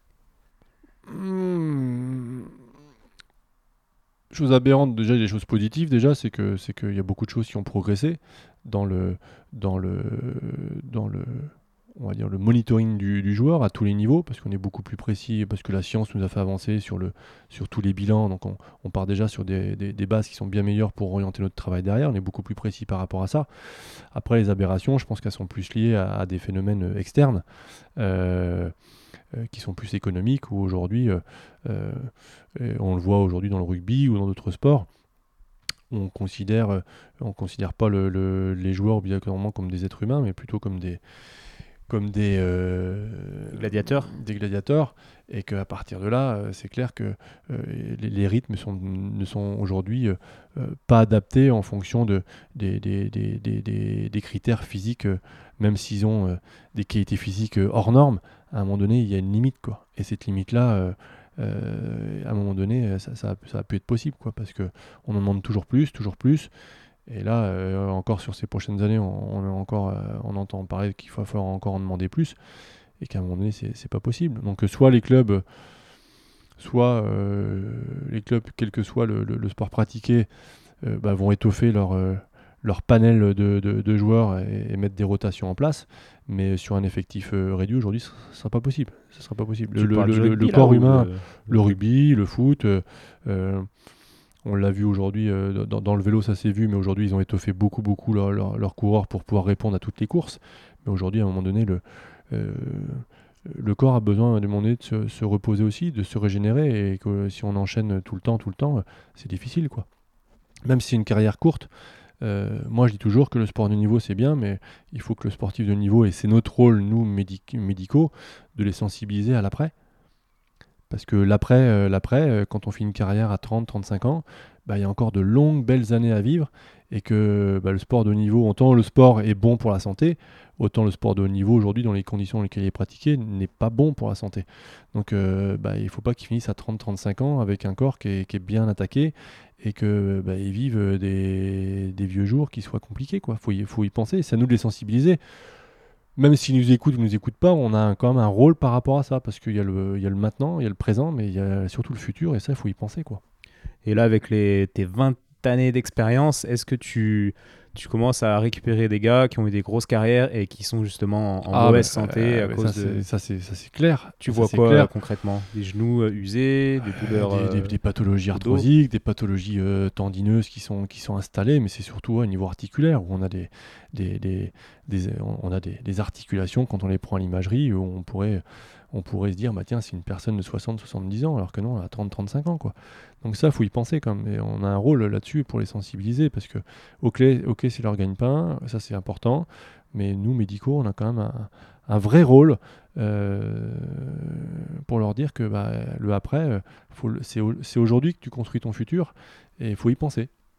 Mmh. Chose aberrante, déjà, il y a des choses positives, déjà, c'est que c'est qu'il y a beaucoup de choses qui ont progressé dans le dans le dans le on va dire le monitoring du, du joueur à tous les niveaux, parce qu'on est beaucoup plus précis, parce que la science nous a fait avancer sur le sur tous les bilans, donc on, on part déjà sur des, des, des bases qui sont bien meilleures pour orienter notre travail derrière, on est beaucoup plus précis par rapport à ça. Après, les aberrations, je pense qu'elles sont plus liées à, à des phénomènes externes. Euh, Euh, qui sont plus économiques, où aujourd'hui, euh, euh, on le voit aujourd'hui dans le rugby ou dans d'autres sports, on considère, euh, on considère pas le, le, les joueurs obligatoirement comme des êtres humains, mais plutôt comme des, comme des, euh, gladiateurs. Des gladiateurs, et qu'à partir de là, euh, c'est clair que euh, les, les rythmes sont, ne sont aujourd'hui euh, euh, pas adaptés en fonction de, des, des, des, des, des, des critères physiques, euh, même s'ils ont euh, des qualités physiques euh, hors normes. À un moment donné, il y a une limite, quoi. Et cette limite-là, euh, euh, à un moment donné, ça, ça, ça a pu être possible, quoi, parce qu'on en demande toujours plus, toujours plus. Et là, euh, encore sur ces prochaines années, on, on, est encore, euh, on entend parler qu'il va falloir encore en demander plus, et qu'à un moment donné, c'est, c'est pas possible. Donc, euh, soit les clubs, soit euh, les clubs, quel que soit le, le, le sport pratiqué, euh, bah, vont étoffer leur, euh, leur panel de, de, de joueurs et, et mettre des rotations en place. Mais sur un effectif euh, réduit aujourd'hui, ce ne sera pas possible. Ce sera pas possible. Tu Le, parles le, du le, rugby, le là, corps ou humain, le, le rugby, le foot. Euh, euh, On l'a vu aujourd'hui, euh, dans, dans le vélo ça s'est vu, mais aujourd'hui ils ont étoffé beaucoup beaucoup leurs leur, leur coureurs pour pouvoir répondre à toutes les courses. Mais aujourd'hui à un moment donné, le, euh, le corps a besoin à un moment donné de se, se reposer aussi, de se régénérer, et que si on enchaîne tout le temps, tout le temps, c'est difficile, quoi. Même si c'est une carrière courte, euh, moi je dis toujours que le sport de niveau c'est bien, mais il faut que le sportif de niveau, et c'est notre rôle, nous médic- médicaux, de les sensibiliser à l'après. Parce que l'après, euh, l'après euh, quand on fait une carrière à trente, trente-cinq ans, bah, il y a encore de longues, belles années à vivre, et que bah, le sport de haut niveau, autant le sport est bon pour la santé, autant le sport de haut niveau aujourd'hui, dans les conditions dans lesquelles il est pratiqué, n'est pas bon pour la santé. Donc euh, bah, il ne faut pas qu'ils finissent à trente, trente-cinq ans avec un corps qui est, qui est bien attaqué, et qu'ils bah, vivent des, des vieux jours qui soient compliqués, quoi. Faut y, faut y penser, c'est à nous de les sensibiliser. Même s'ils nous écoutent ou ne nous écoutent pas, on a un, quand même un rôle par rapport à ça, parce qu'il y a le, il y a le maintenant, il y a le présent, mais il y a surtout le futur, et ça, il faut y penser, quoi. Et là, avec les, tes vingt années d'expérience, est-ce que tu, tu commences à récupérer des gars qui ont eu des grosses carrières et qui sont justement en, en Ah, mauvaise bah, santé euh, à mais cause ça, de... c'est, ça, c'est, ça, c'est clair. Tu Ça, vois c'est quoi clair. euh, concrètement? Des genoux euh, usés, des douleurs Euh, des, des- euh, des pathologies au dos. arthrosiques, des pathologies euh, tendineuses qui sont, qui sont installées, mais c'est surtout ouais, au niveau articulaire, où on a des, des, des, des- on a des, des articulations, quand on les prend à l'imagerie, où on pourrait, on pourrait se dire, bah tiens, c'est une personne de soixante, soixante-dix ans, alors que non, elle a trente, trente-cinq ans, quoi. Donc ça, il faut y penser quand même. Et on a un rôle là-dessus pour les sensibiliser, parce que, ok, ok, c'est leur gagne-pain, ça c'est important, mais nous, médicaux, on a quand même un, un vrai rôle euh, pour leur dire que bah, le après, euh, faut le- c'est, au- c'est aujourd'hui que tu construis ton futur, et il faut y penser.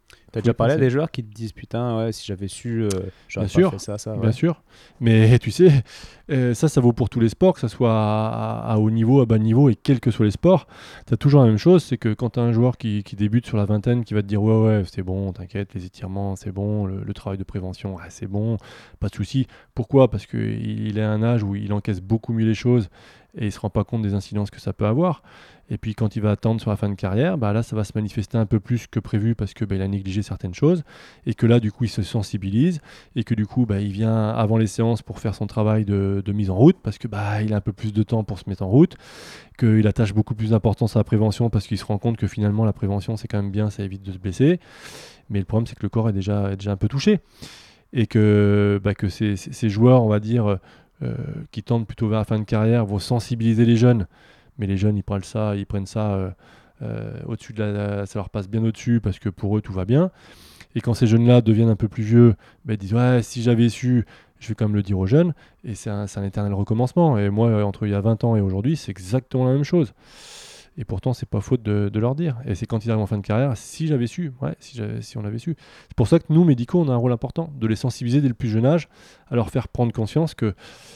T'as déjà parlé à des joueurs qui te disent putain, ouais, si j'avais su, euh, j'aurais Bien pas sûr, fait ça, ça. Ouais. bien sûr. Mais tu sais, euh, ça, ça vaut pour tous les sports, que ce soit à, à haut niveau, à bas niveau, et quels que soient les sports. Tu as toujours la même chose, c'est que quand tu as un joueur qui, qui débute sur la vingtaine, qui va te dire ouais, ouais, c'est bon, t'inquiète, les étirements, c'est bon, le, le travail de prévention, ouais, c'est bon, pas de souci. Pourquoi ? Parce qu'il il est à un âge où il encaisse beaucoup mieux les choses et il se rend pas compte des incidences que ça peut avoir. Et puis quand il va attendre sur la fin de carrière, bah là ça va se manifester un peu plus que prévu parce que bah, il a négligé certaines choses et que là du coup il se sensibilise et que du coup bah, il vient avant les séances pour faire son travail de, de mise en route parce que bah, il a un peu plus de temps pour se mettre en route, qu'il attache beaucoup plus d'importance à la prévention parce qu'il se rend compte que finalement la prévention c'est quand même bien, ça évite de se blesser. Mais le problème c'est que le corps est déjà, est déjà un peu touché et que, bah, que ces, ces joueurs on va dire euh, qui tendent plutôt vers la fin de carrière vont sensibiliser les jeunes. Mais les jeunes, ils prennent ça, ils prennent ça euh, euh, au-dessus de la, ça leur passe bien au-dessus parce que pour eux tout va bien. Et quand ces jeunes-là deviennent un peu plus vieux, bah, ils disent ouais, si j'avais su, je vais quand même le dire aux jeunes. Et c'est un, c'est un éternel recommencement. Et moi, entre il y a vingt ans et aujourd'hui, c'est exactement la même chose. Et pourtant, c'est pas faute de, de leur dire. Et c'est quand ils arrivent en fin de carrière, si j'avais su, ouais, si, j'avais, si on avait su. C'est pour ça que nous, médicaux, on a un rôle important de les sensibiliser dès le plus jeune âge, à leur faire prendre conscience que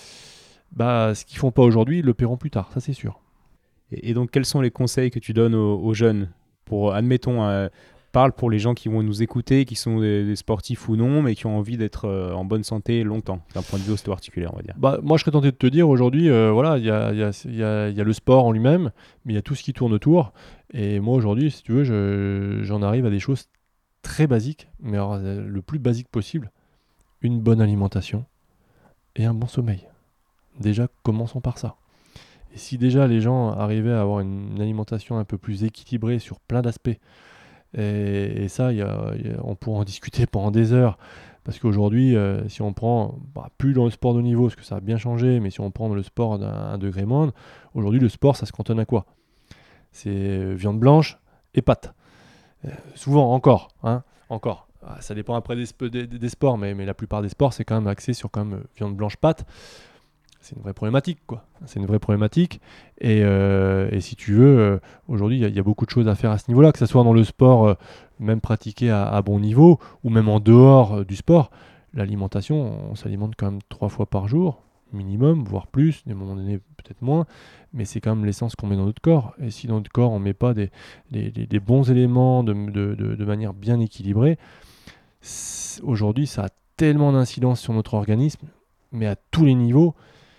bah, ce qu'ils font pas aujourd'hui, ils le paieront plus tard. Ça, c'est sûr. Et, et donc, quels sont les conseils que tu donnes aux, aux jeunes pour, admettons, euh, parle pour les gens qui vont nous écouter, qui sont des, des sportifs ou non, mais qui ont envie d'être euh, en bonne santé longtemps, d'un point de vue ostéo-articulaire, on va dire. Bah, moi, je serais tenté de te dire aujourd'hui, euh, voilà, il y a, y, a, y, a, y a le sport en lui-même, mais il y a tout ce qui tourne autour. Et moi, aujourd'hui, si tu veux, je, j'en arrive à des choses très basiques, mais alors, euh, le plus basique possible, une bonne alimentation et un bon sommeil. Déjà, commençons par ça. Et si déjà les gens arrivaient à avoir une, une alimentation un peu plus équilibrée sur plein d'aspects, et, et ça, y a, y a, on pourra en discuter pendant des heures, parce qu'aujourd'hui, euh, si on prend, bah, plus dans le sport de haut niveau, parce que ça a bien changé, mais si on prend le sport d'un un degré moindre, aujourd'hui le sport, ça se cantonne à quoi ? C'est viande blanche et pâtes. Euh, souvent, encore, hein, encore. Ah, ça dépend après des, des, des sports, mais, mais la plupart des sports, c'est quand même axé sur quand même euh, viande blanche pâtes. C'est une vraie problématique, quoi. C'est une vraie problématique. Et, euh, et si tu veux, euh, aujourd'hui, il y, y a beaucoup de choses à faire à ce niveau-là, que ce soit dans le sport, euh, même pratiqué à, à bon niveau, ou même en dehors euh, du sport. L'alimentation, on s'alimente quand même trois fois par jour, minimum, voire plus, à un moment donné peut-être moins, mais c'est quand même l'essence qu'on met dans notre corps. Et si dans notre corps, on ne met pas des, des, des, des bons éléments de, de, de, de manière bien équilibrée, aujourd'hui, ça a tellement d'incidence sur notre organisme, mais à tous les niveaux,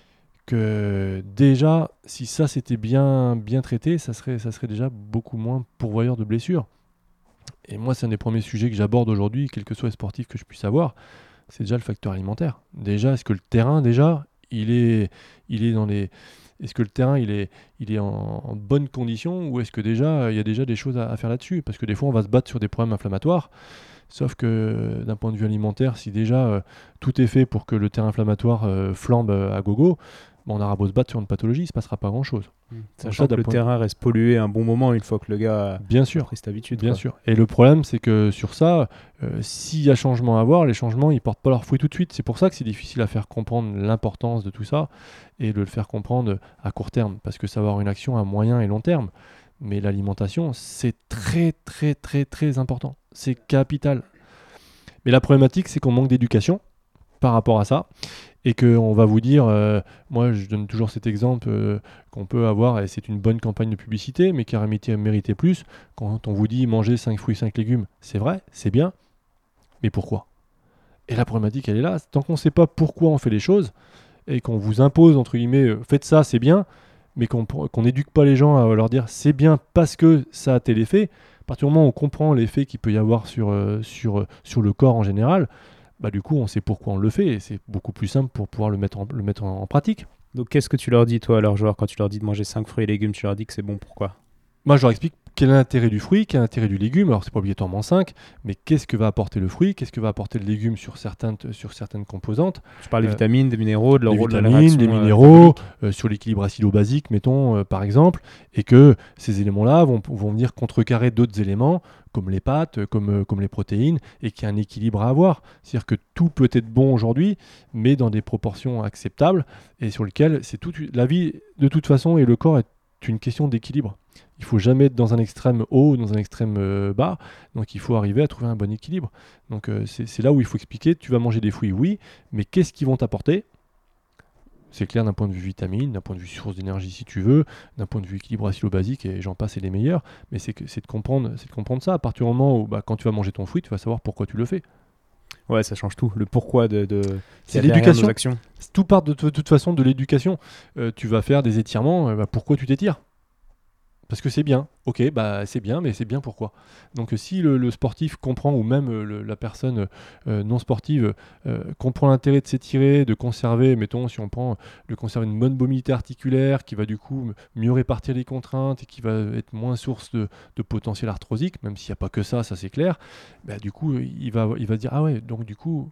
que déjà, si ça c'était bien, bien traité, ça serait, ça serait déjà beaucoup moins pourvoyeur de blessures. Et moi, c'est un des premiers sujets que j'aborde aujourd'hui, quels que soient les sportifs que je puisse avoir, c'est déjà le facteur alimentaire. Déjà, est-ce que le terrain, déjà, il est, il est dans les... Est-ce que le terrain, il est, il est en, en bonne condition, ou est-ce que déjà, il y a déjà des choses à, à faire là-dessus ? Parce que des fois, on va se battre sur des problèmes inflammatoires, sauf que d'un point de vue alimentaire, si déjà euh, tout est fait pour que le terrain inflammatoire euh, flambe euh, à gogo, bon, on aura beau se battre sur une pathologie, il ne se passera pas grand-chose. Mmh. Sachant que le point... terrain reste pollué un bon moment une fois que le gars bien sûr, a pris cette habitude. Bien quoi. sûr. Et le problème, c'est que sur ça, euh, s'il y a changement à avoir, les changements, ils ne portent pas leurs fruits tout de suite. C'est pour ça que c'est difficile à faire comprendre l'importance de tout ça et de le faire comprendre à court terme, parce que ça va avoir une action à moyen et long terme. Mais l'alimentation, c'est très, très, très, très important. C'est capital. Mais la problématique, c'est qu'on manque d'éducation par rapport à ça. Et qu'on va vous dire, euh, moi je donne toujours cet exemple euh, qu'on peut avoir, et c'est une bonne campagne de publicité, mais qui aurait mérité plus, quand on vous dit manger cinq fruits, cinq légumes, c'est vrai, c'est bien, mais pourquoi ? Et la problématique elle est là, tant qu'on ne sait pas pourquoi on fait les choses, et qu'on vous impose, entre guillemets, euh, faites ça, c'est bien, mais qu'on n'éduque pas les gens à leur dire c'est bien parce que ça a tel effet, à partir du moment où on comprend l'effet qu'il peut y avoir sur, euh, sur, sur le corps en général, bah, du coup, on sait pourquoi on le fait et c'est beaucoup plus simple pour pouvoir le mettre en, le mettre en, en pratique. Donc, qu'est-ce que tu leur dis, toi, à leurs joueurs, quand tu leur dis de manger cinq fruits et légumes, tu leur dis que c'est bon, pourquoi ? Moi, je leur explique quel est l'intérêt du fruit, quel est l'intérêt du légume. Alors, c'est pas obligatoirement cinq, mais qu'est-ce que va apporter le fruit, qu'est-ce que va apporter le légume sur certaines, sur certaines composantes. Tu parles des euh, vitamines, des minéraux, de leur rôle de la réaction, des minéraux, euh, sur l'équilibre acido-basique, mettons, euh, par exemple, et que ces éléments-là vont, vont venir contrecarrer d'autres éléments, comme les pâtes, comme, euh, comme les protéines, et qu'il y a un équilibre à avoir. C'est-à-dire que tout peut être bon aujourd'hui, mais dans des proportions acceptables, et sur lequel c'est toute la vie, de toute façon, et le corps est c'est une question d'équilibre. Il ne faut jamais être dans un extrême haut ou dans un extrême euh, bas. Donc il faut arriver à trouver un bon équilibre. Donc euh, c'est, c'est là où il faut expliquer, tu vas manger des fruits, oui, mais qu'est-ce qu'ils vont t'apporter ? C'est clair d'un point de vue vitamine, d'un point de vue source d'énergie si tu veux, d'un point de vue équilibre acido-basique, et j'en passe, c'est les meilleurs. Mais c'est, que, c'est, de comprendre, c'est de comprendre ça. À partir du moment où bah, quand tu vas manger ton fruit, tu vas savoir pourquoi tu le fais. Ouais, ça change tout. Le pourquoi de, de... c'est l'éducation. Nos actions. Tout part de, de, de toute façon de l'éducation. Euh, tu vas faire des étirements, euh, bah, pourquoi tu t'étires ? Parce que c'est bien, ok, bah c'est bien, mais c'est bien pourquoi ? Donc si le, le sportif comprend, ou même euh, le, la personne euh, non sportive euh, comprend l'intérêt de s'étirer, de conserver, mettons si on prend de conserver une bonne mobilité articulaire, qui va du coup mieux répartir les contraintes et qui va être moins source de, de potentiel arthrosique, même s'il n'y a pas que ça, ça c'est clair, bah, du coup il va, il va dire ah ouais, donc du coup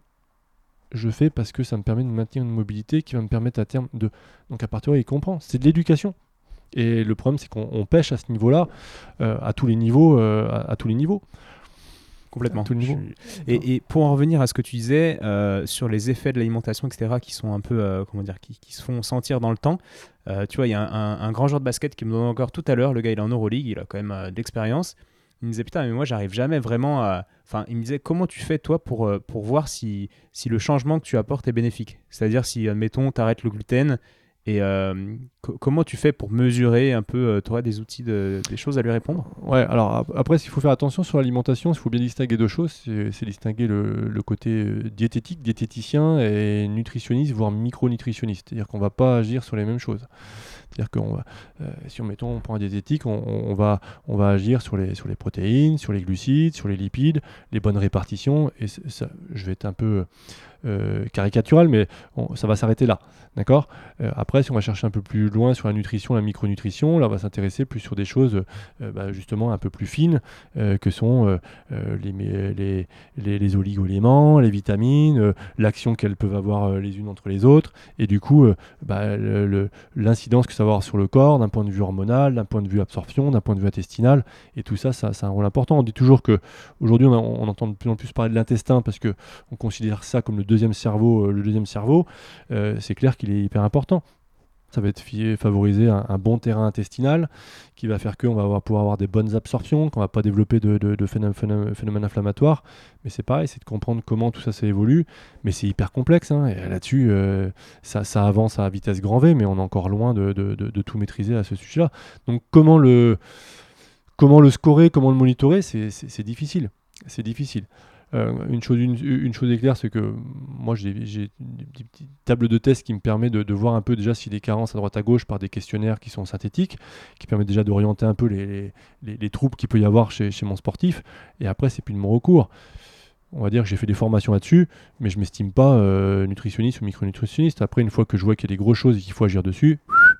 je fais parce que ça me permet de maintenir une mobilité qui va me permettre à terme de... Donc à partir de là il comprend, c'est de l'éducation. Et le problème, c'est qu'on on pêche à ce niveau-là, euh, à tous les niveaux, euh, à, à tous les niveaux. Complètement. À tous les niveaux. Et, et pour en revenir à ce que tu disais euh, sur les effets de l'alimentation, et cetera, qui sont un peu, euh, comment dire, qui, qui se font sentir dans le temps. Euh, tu vois, il y a un, un, un grand joueur de basket qui me donne encore tout à l'heure. Le gars, il est en Euroleague, il a quand même euh, de l'expérience. Il me disait putain, mais moi, j'arrive jamais vraiment à. Enfin, il me disait comment tu fais toi pour euh, pour voir si si le changement que tu apportes est bénéfique. C'est-à-dire si, admettons, tu arrêtes le gluten. Et euh, co- comment tu fais pour mesurer un peu, euh, tu aurais des outils, de, des choses à lui répondre ? Ouais, alors ap- après, ce qu'il faut faire attention sur l'alimentation, il faut bien distinguer deux choses. C'est, c'est distinguer le, le côté euh, diététique, diététicien et nutritionniste, voire micronutritionniste. C'est-à-dire qu'on ne va pas agir sur les mêmes choses. C'est-à-dire que euh, si on, mettons, on prend un diététique, on, on, va, on va agir sur les, sur les protéines, sur les glucides, sur les lipides, les bonnes répartitions. Et ça, je vais être un peu euh, caricatural, mais on, ça va s'arrêter là. D'accord ? euh, Après, si on va chercher un peu plus loin sur la nutrition, la micronutrition, là, on va s'intéresser plus sur des choses euh, bah, justement un peu plus fines, euh, que sont euh, euh, les, les, les, les oligo-éléments, les vitamines, euh, l'action qu'elles peuvent avoir euh, les unes entre les autres, et du coup, euh, bah, le, le, l'incidence que ça va avoir sur le corps, d'un point de vue hormonal, d'un point de vue absorption, d'un point de vue intestinal, et tout ça, ça, ça a un rôle important. On dit toujours que aujourd'hui, on, a, on entend de plus en plus parler de l'intestin parce que on considère ça comme le deuxième cerveau. Euh, le deuxième cerveau, euh, c'est clair qu'il est hyper important. Ça va être favoriser un, un bon terrain intestinal qui va faire qu'on va avoir, pouvoir avoir des bonnes absorptions, qu'on ne va pas développer de, de, de phénomènes, phénomènes inflammatoires. Mais c'est pareil, c'est de comprendre comment tout ça s'évolue. Mais c'est hyper complexe. Hein, et là-dessus, euh, ça, ça avance à vitesse grand V, mais on est encore loin de, de, de, de tout maîtriser à ce sujet-là. Donc comment le, comment le scorer, comment le monitorer, c'est, c'est, c'est difficile. C'est difficile. Euh, une, chose, une, une chose est claire, c'est que moi j'ai, j'ai une petite table de test qui me permet de, de voir un peu déjà s'il y a des carences à droite à gauche par des questionnaires qui sont synthétiques, qui permettent déjà d'orienter un peu les, les, les troubles qu'il peut y avoir chez, chez mon sportif. Et après, c'est plus de mon recours. On va dire que j'ai fait des formations là-dessus, mais je ne m'estime pas euh, nutritionniste ou micronutritionniste. Après, une fois que je vois qu'il y a des grosses choses et qu'il faut agir dessus,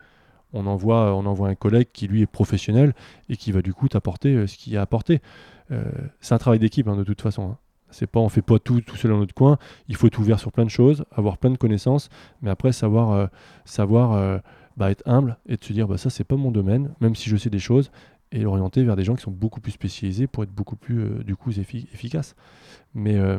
on envoie, on envoie un collègue qui lui est professionnel et qui va du coup t'apporter euh, ce qu'il y a à apporter. Euh, c'est un travail d'équipe hein, de toute façon. Hein. C'est pas, on fait pas tout tout seul dans notre coin. Il faut être ouvert sur plein de choses, avoir plein de connaissances, mais après savoir, euh, savoir euh, bah, être humble et de se dire bah ça c'est pas mon domaine, même si je sais des choses, et l'orienter vers des gens qui sont beaucoup plus spécialisés pour être beaucoup plus euh, du coup effi- efficaces. Mais euh,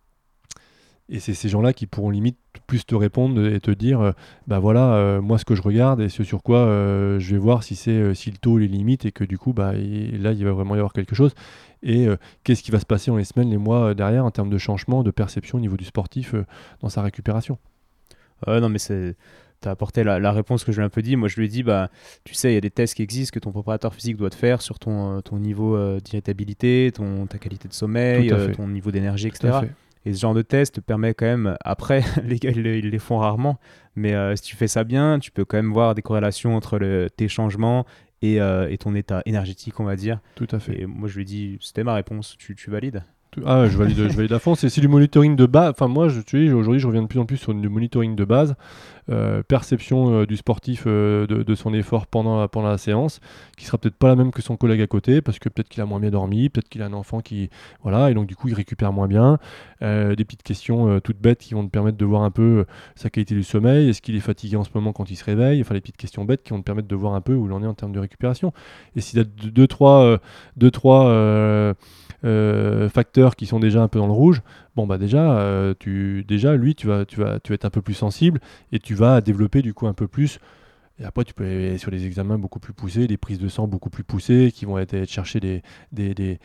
et c'est ces gens-là qui pourront limite plus te répondre et te dire euh, bah voilà euh, moi ce que je regarde et ce sur quoi euh, je vais voir si c'est euh, si le taux les limite et que du coup bah il, là il va vraiment y avoir quelque chose. Et euh, qu'est-ce qui va se passer dans les semaines, les mois euh, derrière en termes de changement, de perception au niveau du sportif euh, dans sa récupération. euh, Non mais c'est... tu as apporté la, la réponse que je lui ai un peu dit. Moi je lui ai dit, bah, tu sais, il y a des tests qui existent que ton préparateur physique doit te faire sur ton, ton niveau euh, d'irritabilité, ton, ta qualité de sommeil, euh, ton niveau d'énergie, et cetera. Et ce genre de test te permet quand même, après, les gars, ils, ils les font rarement, mais euh, si tu fais ça bien, tu peux quand même voir des corrélations entre le, tes changements et, euh, et ton état énergétique, on va dire. Tout à fait. Et moi, je lui ai dit, c'était ma réponse, tu, tu valides ? Ah, je valide, je valide à fond. C'est, c'est du monitoring de base. Enfin, moi, je, tu sais, aujourd'hui, je reviens de plus en plus sur du monitoring de base. Euh, perception euh, du sportif euh, de, de son effort pendant, pendant la séance, qui sera peut-être pas la même que son collègue à côté, parce que peut-être qu'il a moins bien dormi, peut-être qu'il a un enfant qui... Voilà, et donc du coup, il récupère moins bien. Euh, des petites questions euh, toutes bêtes qui vont te permettre de voir un peu euh, sa qualité du sommeil. Est-ce qu'il est fatigué en ce moment quand il se réveille ? Enfin, les petites questions bêtes qui vont te permettre de voir un peu où il en est en termes de récupération. Et s'il y a deux, trois... Euh, deux, trois euh, Euh, facteurs qui sont déjà un peu dans le rouge, bon bah déjà, euh, tu, déjà lui tu vas, tu, vas, tu vas être un peu plus sensible et tu vas développer du coup un peu plus Et après, tu peux aller sur des examens beaucoup plus poussés, des prises de sang beaucoup plus poussées, qui vont être, être chercher des, des, des,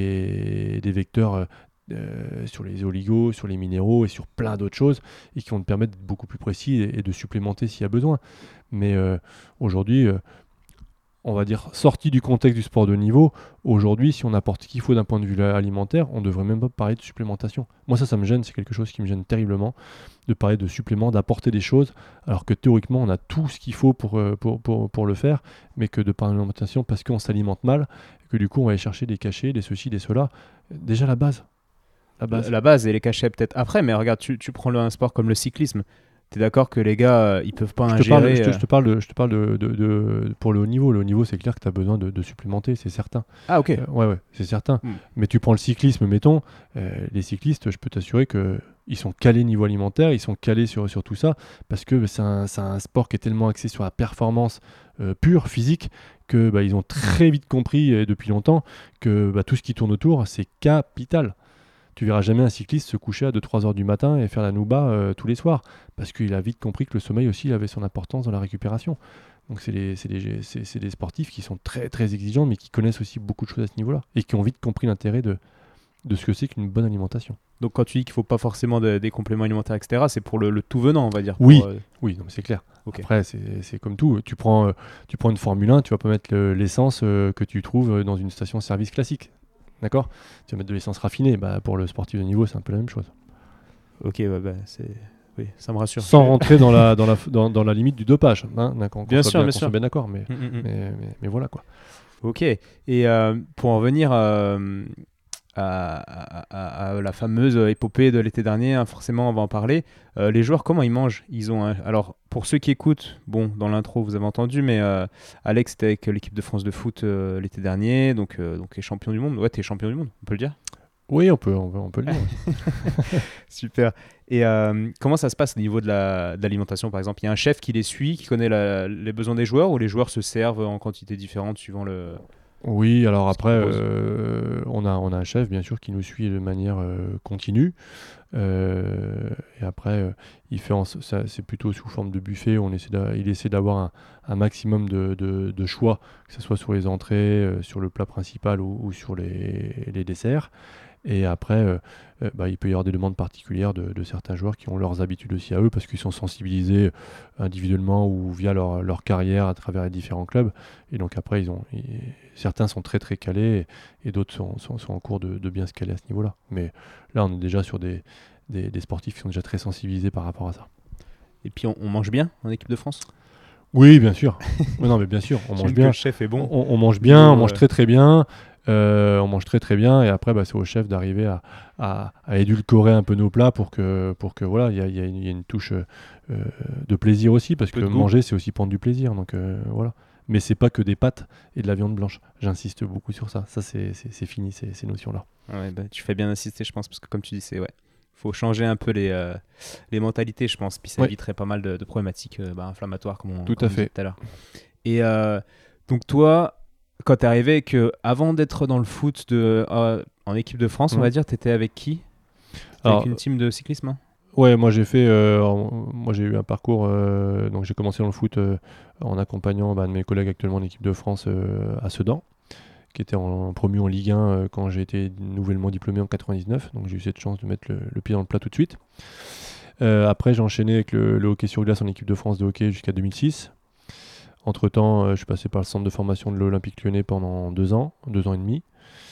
des, des vecteurs euh, euh, sur les oligos, sur les minéraux et sur plein d'autres choses, et qui vont te permettre d'être beaucoup plus précis et, et de supplémenter s'il y a besoin. Mais euh, aujourd'hui, euh, on va dire, sorti du contexte du sport de haut niveau, aujourd'hui, si on apporte ce qu'il faut d'un point de vue alimentaire, on ne devrait même pas parler de supplémentation. Moi, ça, ça me gêne, c'est quelque chose qui me gêne terriblement, de parler de supplément, d'apporter des choses, alors que théoriquement, on a tout ce qu'il faut pour, pour, pour, pour le faire, mais que de parler d'alimentation parce qu'on s'alimente mal, que du coup, on va aller chercher des cachets, des ceci, des cela. Déjà, la base. La base, la base et les cachets peut-être après, mais regarde, tu, tu prends le, un sport comme le cyclisme. T'es d'accord que les gars, euh, ils peuvent pas je te ingérer... parle, je, te, euh... je te parle, de, je te parle de, de, de, pour le haut niveau. Le haut niveau, c'est clair que tu as besoin de, de supplémenter, c'est certain. Ah, ok. Euh, ouais, ouais, c'est certain. Hmm. Mais tu prends le cyclisme, mettons, euh, les cyclistes, je peux t'assurer qu'ils sont calés niveau alimentaire, ils sont calés sur, sur tout ça, parce que c'est un, c'est un sport qui est tellement axé sur la performance euh, pure, physique, que bah, ils ont très vite compris, et depuis longtemps, que bah, tout ce qui tourne autour, c'est capital. Tu verras jamais un cycliste se coucher à deux trois heures du matin et faire la nouba euh, tous les soirs, parce qu'il a vite compris que le sommeil aussi avait son importance dans la récupération. Donc c'est des, c'est des, c'est, c'est des sportifs qui sont très très exigeants, mais qui connaissent aussi beaucoup de choses à ce niveau-là, et qui ont vite compris l'intérêt de, de ce que c'est qu'une bonne alimentation. Donc quand tu dis qu'il ne faut pas forcément de, des compléments alimentaires, et cetera, c'est pour le, le tout venant, on va dire. Oui, pour, euh... oui, non, mais c'est clair. Okay. Après, c'est, c'est comme tout. Tu prends, euh, tu prends une Formule un, tu vas pas mettre le, l'essence euh, que tu trouves dans une station-service classique. D'accord ? Tu vas mettre de l'essence raffinée. Bah, pour le sportif de niveau, c'est un peu la même chose. Ok, ouais, bah, c'est... Oui, ça me rassure. Sans rentrer dans la, dans, la, dans, dans la limite du dopage. Hein, d'accord, bien sûr, bien, bien sûr. bien d'accord, mais, mm, mm. mais, mais, mais voilà quoi. Ok. Et euh, pour en revenir euh, à, à, à, à la fameuse épopée de l'été dernier, hein, forcément, on va en parler. Euh, les joueurs, comment ils mangent ? Ils ont un... Alors, pour ceux qui écoutent, bon, dans l'intro, vous avez entendu, mais euh, Alex était avec l'équipe de France de foot euh, l'été dernier, donc, euh, donc est champion du monde. Ouais, t'es champion du monde, on peut le dire ? Oui, on peut, on peut, on peut le dire. Super. Et euh, comment ça se passe au niveau de, la, de l'alimentation, par exemple ? Il y a un chef qui les suit, qui connaît la, les besoins des joueurs, ou les joueurs se servent en quantité différente suivant le... Oui, alors après, euh, on, a, on a un chef, bien sûr, qui nous suit de manière euh, continue. Euh, et après, euh, il fait en, ça, c'est plutôt sous forme de buffet. On essaie il essaie d'avoir un, un maximum de, de, de choix, que ce soit sur les entrées, euh, sur le plat principal ou, ou sur les, les desserts. Et après, euh, euh, bah, il peut y avoir des demandes particulières de, de certains joueurs qui ont leurs habitudes aussi à eux, parce qu'ils sont sensibilisés individuellement ou via leur, leur carrière à travers les différents clubs. Et donc après, ils ont, ils, certains sont très très calés et, et d'autres sont, sont, sont en cours de, de bien se caler à ce niveau-là. Mais là, on est déjà sur des, des, des sportifs qui sont déjà très sensibilisés par rapport à ça. Et puis, on, on mange bien en équipe de France ? Oui, bien sûr. Oui, non, mais bien sûr, on mange bien. Le chef est bon. On, on mange bien, euh, on mange très très bien. Euh, on mange très très bien et après bah, c'est au chef d'arriver à, à, à édulcorer un peu nos plats pour que, pour que voilà, il y a, y a, y a une touche euh, de plaisir aussi, parce que manger c'est aussi prendre du plaisir, donc euh, voilà. Mais c'est pas que des pâtes et de la viande blanche, j'insiste beaucoup sur ça, ça c'est, c'est, c'est fini ces, ces notions là. Ouais, bah, tu fais bien insister, je pense, parce que comme tu dis, c'est ouais, faut changer un peu les, euh, les mentalités, je pense, puis ça ouais. éviterait pas mal de, de problématiques euh, bah, inflammatoires comme on, tout comme à fait tout à l'heure. Et euh, donc toi, quand tu es arrivé, que avant d'être dans le foot de, euh, en équipe de France, mmh. on va dire, tu étais avec qui ? Alors, avec une team de cyclisme hein ? Ouais, moi j'ai fait, euh, moi j'ai eu un parcours, euh, donc j'ai commencé dans le foot euh, en accompagnant bah, de mes collègues actuellement en équipe de France euh, à Sedan, qui était en, en promu en Ligue un euh, quand j'ai été nouvellement diplômé en quatre-vingt-dix-neuf, donc j'ai eu cette chance de mettre le, le pied dans le plat tout de suite. Euh, après j'ai enchaîné avec le, le hockey sur glace en équipe de France de hockey jusqu'à deux mille six. Entre-temps, euh, je suis passé par le centre de formation de l'Olympique Lyonnais pendant deux ans, deux ans et demi.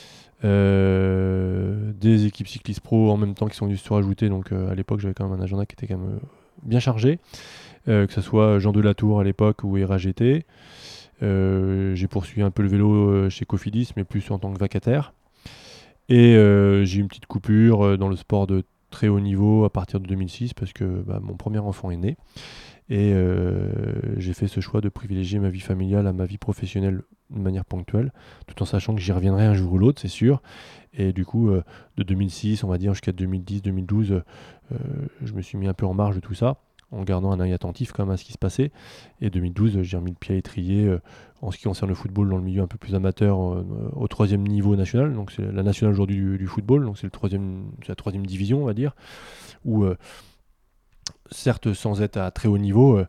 Euh, des équipes cyclistes pro en même temps qui sont venues se rajouter, donc euh, à l'époque j'avais quand même un agenda qui était quand même euh, bien chargé, euh, que ce soit Jean Delatour à l'époque ou E R A G T. Euh, j'ai poursuivi un peu le vélo euh, chez Cofidis, mais plus en tant que vacataire. Et euh, j'ai eu une petite coupure euh, dans le sport de très haut niveau à partir de deux mille six, parce que bah, mon premier enfant est né. Et euh, j'ai fait ce choix de privilégier ma vie familiale à ma vie professionnelle de manière ponctuelle, tout en sachant que j'y reviendrai un jour ou l'autre, c'est sûr. Et du coup, euh, de deux mille six, on va dire, jusqu'à deux mille dix deux mille douze, euh, je me suis mis un peu en marge de tout ça, en gardant un œil attentif quand même à ce qui se passait. Et deux mille douze, j'ai remis le pied à l'étrier euh, en ce qui concerne le football dans le milieu un peu plus amateur, euh, au troisième niveau national. Donc c'est la nationale aujourd'hui du, du football, donc c'est, le troisième, c'est la troisième division, on va dire, où... Euh, certes sans être à très haut niveau,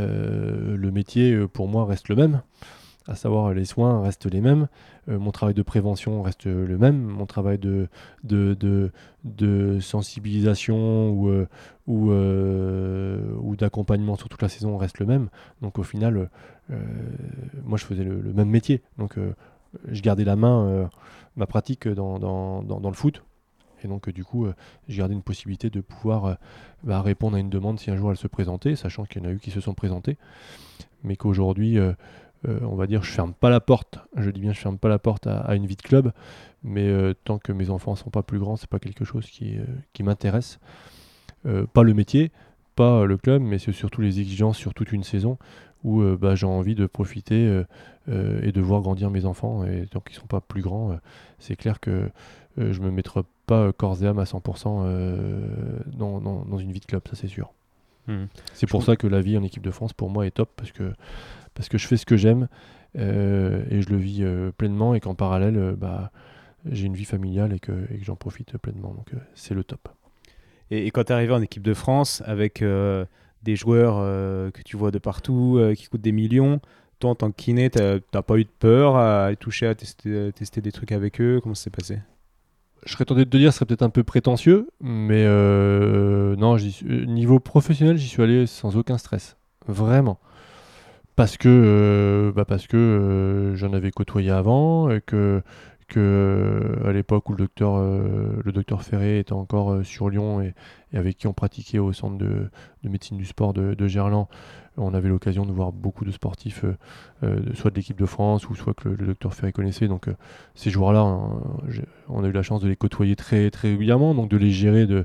euh, le métier pour moi reste le même, à savoir les soins restent les mêmes, euh, mon travail de prévention reste le même, mon travail de, de, de, de sensibilisation ou, euh, ou, euh, ou d'accompagnement sur toute la saison reste le même. Donc au final, euh, moi je faisais le, le même métier. Donc euh, je gardais la main, euh, ma pratique dans, dans, dans, dans le foot. Et donc, euh, du coup, euh, j'ai gardé une possibilité de pouvoir euh, bah, répondre à une demande si un jour elle se présentait, sachant qu'il y en a eu qui se sont présentés. Mais qu'aujourd'hui, euh, euh, on va dire, je ferme pas la porte. Je dis bien, je ferme pas la porte à, à une vie de club. Mais euh, tant que mes enfants sont pas plus grands, c'est pas quelque chose qui, euh, qui m'intéresse. Euh, pas le métier, pas euh, le club, mais c'est surtout les exigences sur toute une saison où euh, bah, j'ai envie de profiter euh, euh, et de voir grandir mes enfants. Et tant qu'ils sont pas plus grands, euh, c'est clair que euh, je me mettrai pas euh, corps et âme à cent pour cent euh, dans, dans, dans une vie de club, ça c'est sûr. Mmh. C'est pour ça que la vie en équipe de France pour moi est top, parce que, parce que je fais ce que j'aime euh, et je le vis euh, pleinement, et qu'en parallèle euh, bah, j'ai une vie familiale et que, et que j'en profite pleinement, donc euh, c'est le top. Et, et quand tu es arrivé en équipe de France avec euh, des joueurs euh, que tu vois de partout, euh, qui coûtent des millions, toi en tant que kiné, tu n'as pas eu de peur à aller toucher, à tester, à tester des trucs avec eux? Comment ça s'est passé? Je serais tenté de te dire, ce serait peut-être un peu prétentieux, mais euh, non, j'y suis- euh, niveau professionnel, j'y suis allé sans aucun stress. Vraiment. Parce que, euh, bah parce que euh, j'en avais côtoyé avant, et que, que euh, à l'époque où le docteur, euh, le docteur Ferré était encore euh, sur Lyon, et, et avec qui on pratiquait au centre de, de médecine du sport de, de Gerland, on avait l'occasion de voir beaucoup de sportifs, euh, euh, soit de l'équipe de France, ou soit que le, le docteur Ferré connaissait. Donc euh, ces joueurs-là, hein, j'ai- on a eu la chance de les côtoyer très, très régulièrement, donc de les gérer, de,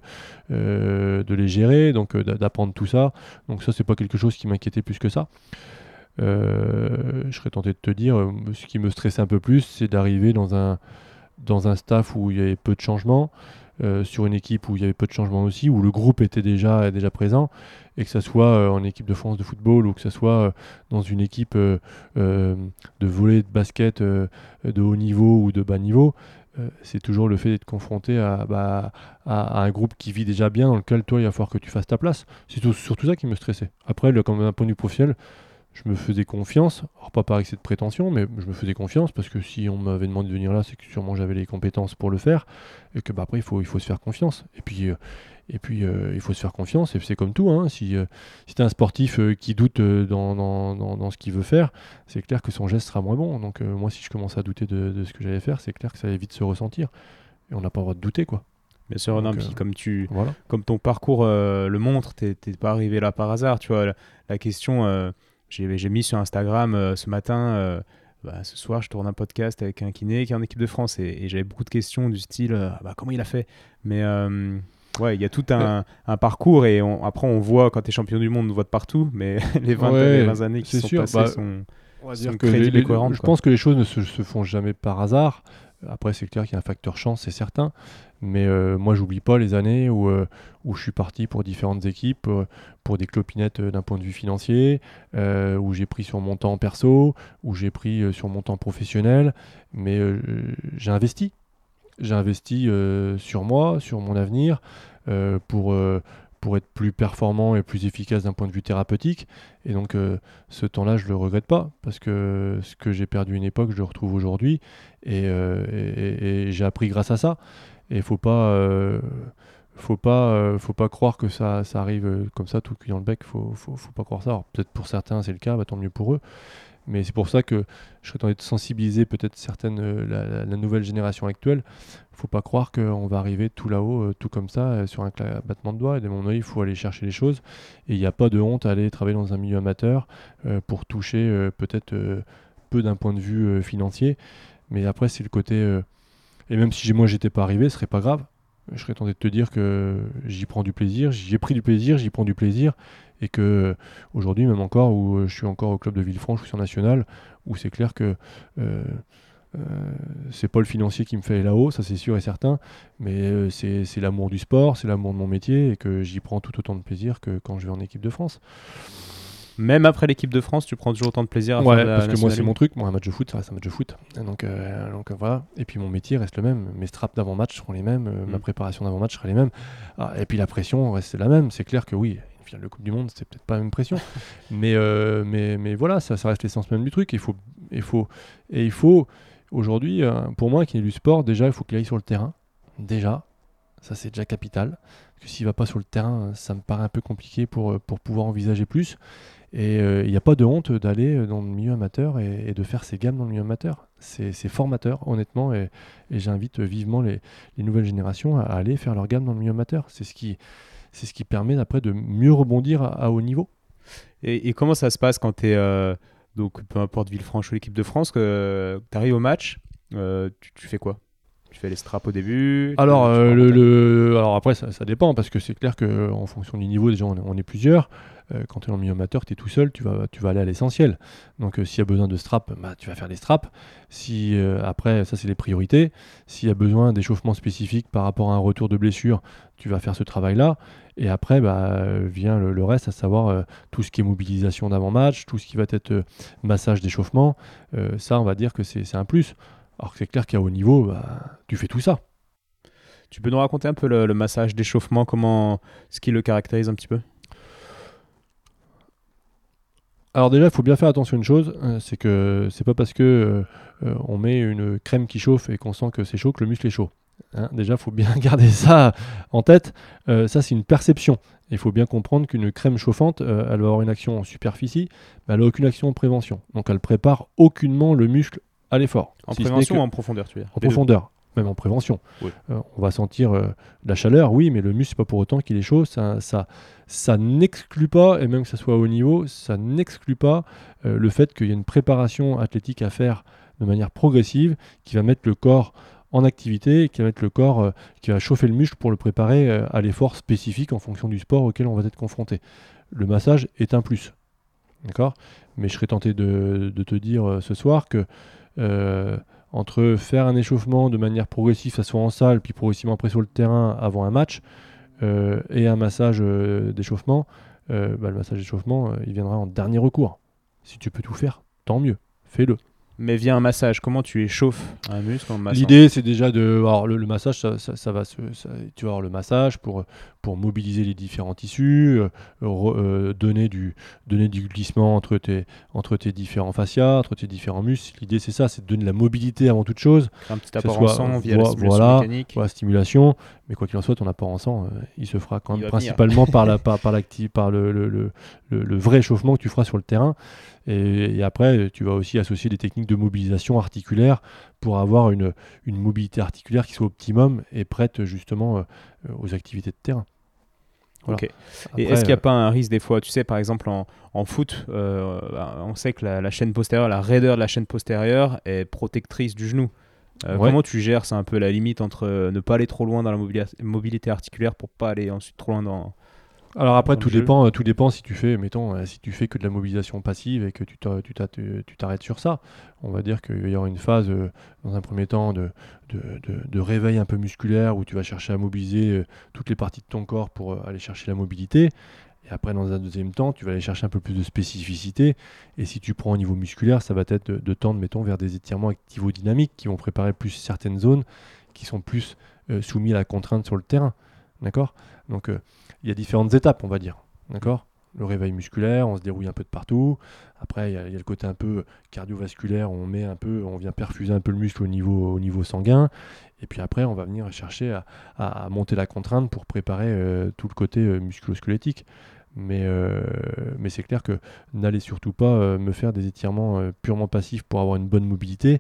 euh, de les gérer, donc euh, d'a- d'apprendre tout ça. Donc ça, c'est pas quelque chose qui m'inquiétait plus que ça. Euh, je serais tenté de te dire, euh, ce qui me stressait un peu plus, c'est d'arriver dans un, dans un staff où il y avait peu de changements, euh, sur une équipe où il y avait peu de changements aussi, où le groupe était déjà, déjà présent, et que ça soit euh, en équipe de France de football, ou que ça soit euh, dans une équipe euh, euh, de volley, de basket euh, de haut niveau ou de bas niveau. Euh, c'est toujours le fait d'être confronté à, bah, à, à un groupe qui vit déjà bien, dans lequel toi il va falloir que tu fasses ta place. C'est tout- surtout ça qui me stressait. Après, le, comme d'un point de vue professionnel, je me faisais confiance, alors pas par excès de prétention, mais je me faisais confiance, parce que si on m'avait demandé de venir là, c'est que sûrement j'avais les compétences pour le faire, et que bah, après il faut, il faut se faire confiance. Et puis, euh, et puis euh, il faut se faire confiance, et c'est comme tout, hein, si, euh, si tu es un sportif euh, qui doute euh, dans, dans, dans, dans ce qu'il veut faire, c'est clair que son geste sera moins bon. Donc euh, moi, si je commençais à douter de, de ce que j'allais faire, c'est clair que ça allait vite se ressentir, et on n'a pas le droit de douter, quoi. Bien sûr, Donc, non, euh, puis comme, tu, voilà. comme ton parcours euh, le montre, tu n'es pas arrivé là par hasard. Tu vois, la, la question, euh, j'ai j'ai mis sur Instagram euh, ce matin, euh, bah, ce soir, je tourne un podcast avec un kiné qui est en équipe de France, et, et j'avais beaucoup de questions du style, euh, bah, comment il a fait? Mais euh, ouais, il y a tout un, un parcours, et on, après, on voit, quand tu es champion du monde, on voit de partout, mais les vingt, Ouais, les vingt années qui c'est sont sûr. passées Bah, sont, On va sont dire que les- crédibles les- et cohérentes, je quoi. pense que les choses ne se, se font jamais par hasard. Après, c'est clair qu'il y a un facteur chance, c'est certain. Mais euh, moi, j'oublie pas les années où, euh, où je suis parti pour différentes équipes, euh, pour des clopinettes euh, d'un point de vue financier, euh, où j'ai pris sur mon temps perso, où j'ai pris euh, sur mon temps professionnel. Mais euh, j'ai investi. J'ai investi euh, sur moi, sur mon avenir, euh, pour, euh, pour être plus performant et plus efficace d'un point de vue thérapeutique. Et donc, euh, ce temps-là, je ne le regrette pas, parce que ce que j'ai perdu à une époque, je le retrouve aujourd'hui. Et, euh, et- et- et j'ai appris grâce à ça. Et il ne faut pas, euh, faut pas, euh, faut pas croire que ça, ça arrive euh, comme ça, tout cuit dans le bec. Il faut, faut, faut pas croire ça. Alors, peut-être pour certains, c'est le cas, bah, tant mieux pour eux. Mais c'est pour ça que je serais tenté de sensibiliser peut-être certaines, euh, la, la- la nouvelle génération actuelle. Faut pas croire qu'on va arriver tout là-haut, euh, tout comme ça, euh, sur un cla- battement de doigts. Et de mon œil, il faut aller chercher les choses. Et il n'y a pas de honte à aller travailler dans un milieu amateur euh, pour toucher euh, peut-être euh, peu d'un point de vue euh, financier. Mais après, c'est le côté. euh, et même si j'ai- moi, j'étais pas arrivé, ce serait pas grave. Je serais tenté de te dire que j'y prends du plaisir, j'y ai pris du plaisir, j'y prends du plaisir, et que euh, aujourd'hui, même encore, où euh, je suis encore au club de Villefranche ou sur National, où c'est clair que euh, euh, c'est pas le financier qui me fait là-haut, ça c'est sûr et certain, mais euh, c'est c'est l'amour du sport, c'est l'amour de mon métier, et que j'y prends tout autant de plaisir que quand je vais en équipe de France. Même après l'équipe de France, tu prends toujours autant de plaisir à faire de Ouais, la parce que moi National c'est un? mon truc, moi un match de foot, ça reste un match de foot. Et donc, euh, donc euh, voilà. Et puis mon métier reste le même, mes straps d'avant-match seront les mêmes, euh, Mm. ma préparation d'avant-match sera les mêmes. Ah, et puis la pression reste la même. C'est clair que oui, une finale de Coupe du Monde, c'est peut-être pas la même pression. mais, euh, mais, mais voilà, ça, ça reste l'essence même du truc. Il faut, il faut, et il faut, aujourd'hui, euh, pour moi, qui est du sport, déjà, il faut qu'il aille sur le terrain. Déjà, ça c'est déjà capital. Parce que s'il va pas sur le terrain, ça me paraît un peu compliqué pour, pour pouvoir envisager plus. Et il euh, n'y a pas de honte d'aller dans le milieu amateur et, et de faire ses gammes dans le milieu amateur. C'est, c'est formateur, honnêtement, et, et j'invite vivement les, les nouvelles générations à, à aller faire leur gamme dans le milieu amateur. C'est ce qui, c'est ce qui permet après de mieux rebondir à, à haut niveau. Et, et comment ça se passe quand tu es, euh, donc peu importe Villefranche ou l'équipe de France, que tu arrives au match, euh, tu, tu fais quoi? Tu fais les straps au début? Alors, tu, tu euh, le, le, alors après, ça, ça dépend, parce que c'est clair qu'en fonction du niveau, déjà, on est, on est plusieurs. Euh, quand tu es dans le milieu amateur, tu es tout seul, tu vas, tu vas aller à l'essentiel. Donc, euh, s'il y a besoin de straps, bah, tu vas faire les straps. Si, euh, après, ça, c'est les priorités. S'il y a besoin d'échauffement spécifique par rapport à un retour de blessure, tu vas faire ce travail-là. Et après, bah, vient le, le reste, à savoir euh, tout ce qui est mobilisation d'avant-match, tout ce qui va être euh, massage d'échauffement. Euh, ça, on va dire que c'est, c'est un plus. Alors que c'est clair qu'à haut niveau, bah, tu fais tout ça. Tu peux nous raconter un peu le, le massage d'échauffement, comment, ce qui le caractérise un petit peu? Alors déjà, il faut bien faire attention à une chose, euh, c'est que c'est pas parce que euh, euh, on met une crème qui chauffe et qu'on sent que c'est chaud que le muscle est chaud. Hein, déjà, il faut bien garder ça en tête. Euh, ça, c'est une perception. Il faut bien comprendre qu'une crème chauffante, euh, elle va avoir une action en superficie, mais elle n'a aucune action en prévention. Donc, elle prépare aucunement le muscle à l'effort. En si prévention que... ou en profondeur, tu veux dire? En profondeur. Même en prévention. Oui. Euh, on va sentir euh, la chaleur, oui, mais le muscle, c'est pas pour autant qu'il est chaud. Ça, ça, ça n'exclut pas, et même que ça soit à haut niveau, ça n'exclut pas euh, le fait qu'il y a une préparation athlétique à faire de manière progressive qui va mettre le corps en activité, qui va mettre le corps, euh, qui va chauffer le muscle pour le préparer euh, à l'effort spécifique en fonction du sport auquel on va être confronté. Le massage est un plus. D'accord ? Mais je serais tenté de, de te dire euh, ce soir que euh, entre faire un échauffement de manière progressive, ça soit en salle, puis progressivement après sur le terrain avant un match, euh, et un massage euh, d'échauffement, euh, bah, le massage d'échauffement, euh, il viendra en dernier recours. Si tu peux tout faire, tant mieux, fais-le. Mais via un massage, comment tu échauffes un muscle en massant? L'idée, c'est déjà de... Alors, le, le massage, ça, ça, ça va se, ça, tu vas avoir le massage pour, pour mobiliser les différents tissus, euh, re, euh, donner, du, donner du glissement entre tes, entre tes différents fascias, entre tes différents muscles. L'idée, c'est ça, c'est de donner de la mobilité avant toute chose. Un petit apport en sang via vo- la stimulation voilà, mécanique. Voilà, stimulation. Mais quoi qu'il en soit, ton apport en sang, euh, il se fera quand Il même va principalement par, la, par, par, l'acti- par le, le, le, le, le vrai échauffement que tu feras sur le terrain. Et, et après, tu vas aussi associer des techniques de mobilisation articulaire pour avoir une, une mobilité articulaire qui soit optimum et prête justement euh, aux activités de terrain. Voilà. Ok. Après, Et est-ce qu'il n'y a euh, pas un risque des fois, tu sais, par exemple en, en foot, euh, on sait que la, la chaîne postérieure, la raideur de la chaîne postérieure est protectrice du genou. Euh, Ouais. Comment tu gères? C'est un peu la limite entre euh, ne pas aller trop loin dans la mobili- mobilité articulaire pour pas aller ensuite trop loin dans... Alors après, dans tout le jeu. dépend, euh, tout dépend si tu fais, mettons, euh, si tu fais que de la mobilisation passive et que tu, t'a- tu, t'a- tu- tu t'arrêtes sur ça. On va dire qu'il va y avoir une phase, euh, dans un premier temps, de, de, de- de réveil un peu musculaire où tu vas chercher à mobiliser euh, toutes les parties de ton corps pour euh, aller chercher la mobilité. Et après, dans un deuxième temps, tu vas aller chercher un peu plus de spécificité. Et si tu prends au niveau musculaire, ça va être de, de tendre, mettons, vers des étirements activo-dynamiques qui vont préparer plus certaines zones qui sont plus euh, soumises à la contrainte sur le terrain. D'accord ? Donc, euh, il y a différentes étapes, on va dire. D'accord ? Le réveil musculaire, on se dérouille un peu de partout. Après, il y, a- il y a le côté un peu cardiovasculaire, on met un peu, on vient perfuser un peu le muscle au niveau, au niveau sanguin. Et puis après, on va venir chercher à, à- à monter la contrainte pour préparer euh, tout le côté euh, musculo-squelettique. Mais, euh, mais c'est clair que n'allez surtout pas euh, me faire des étirements euh, purement passifs pour avoir une bonne mobilité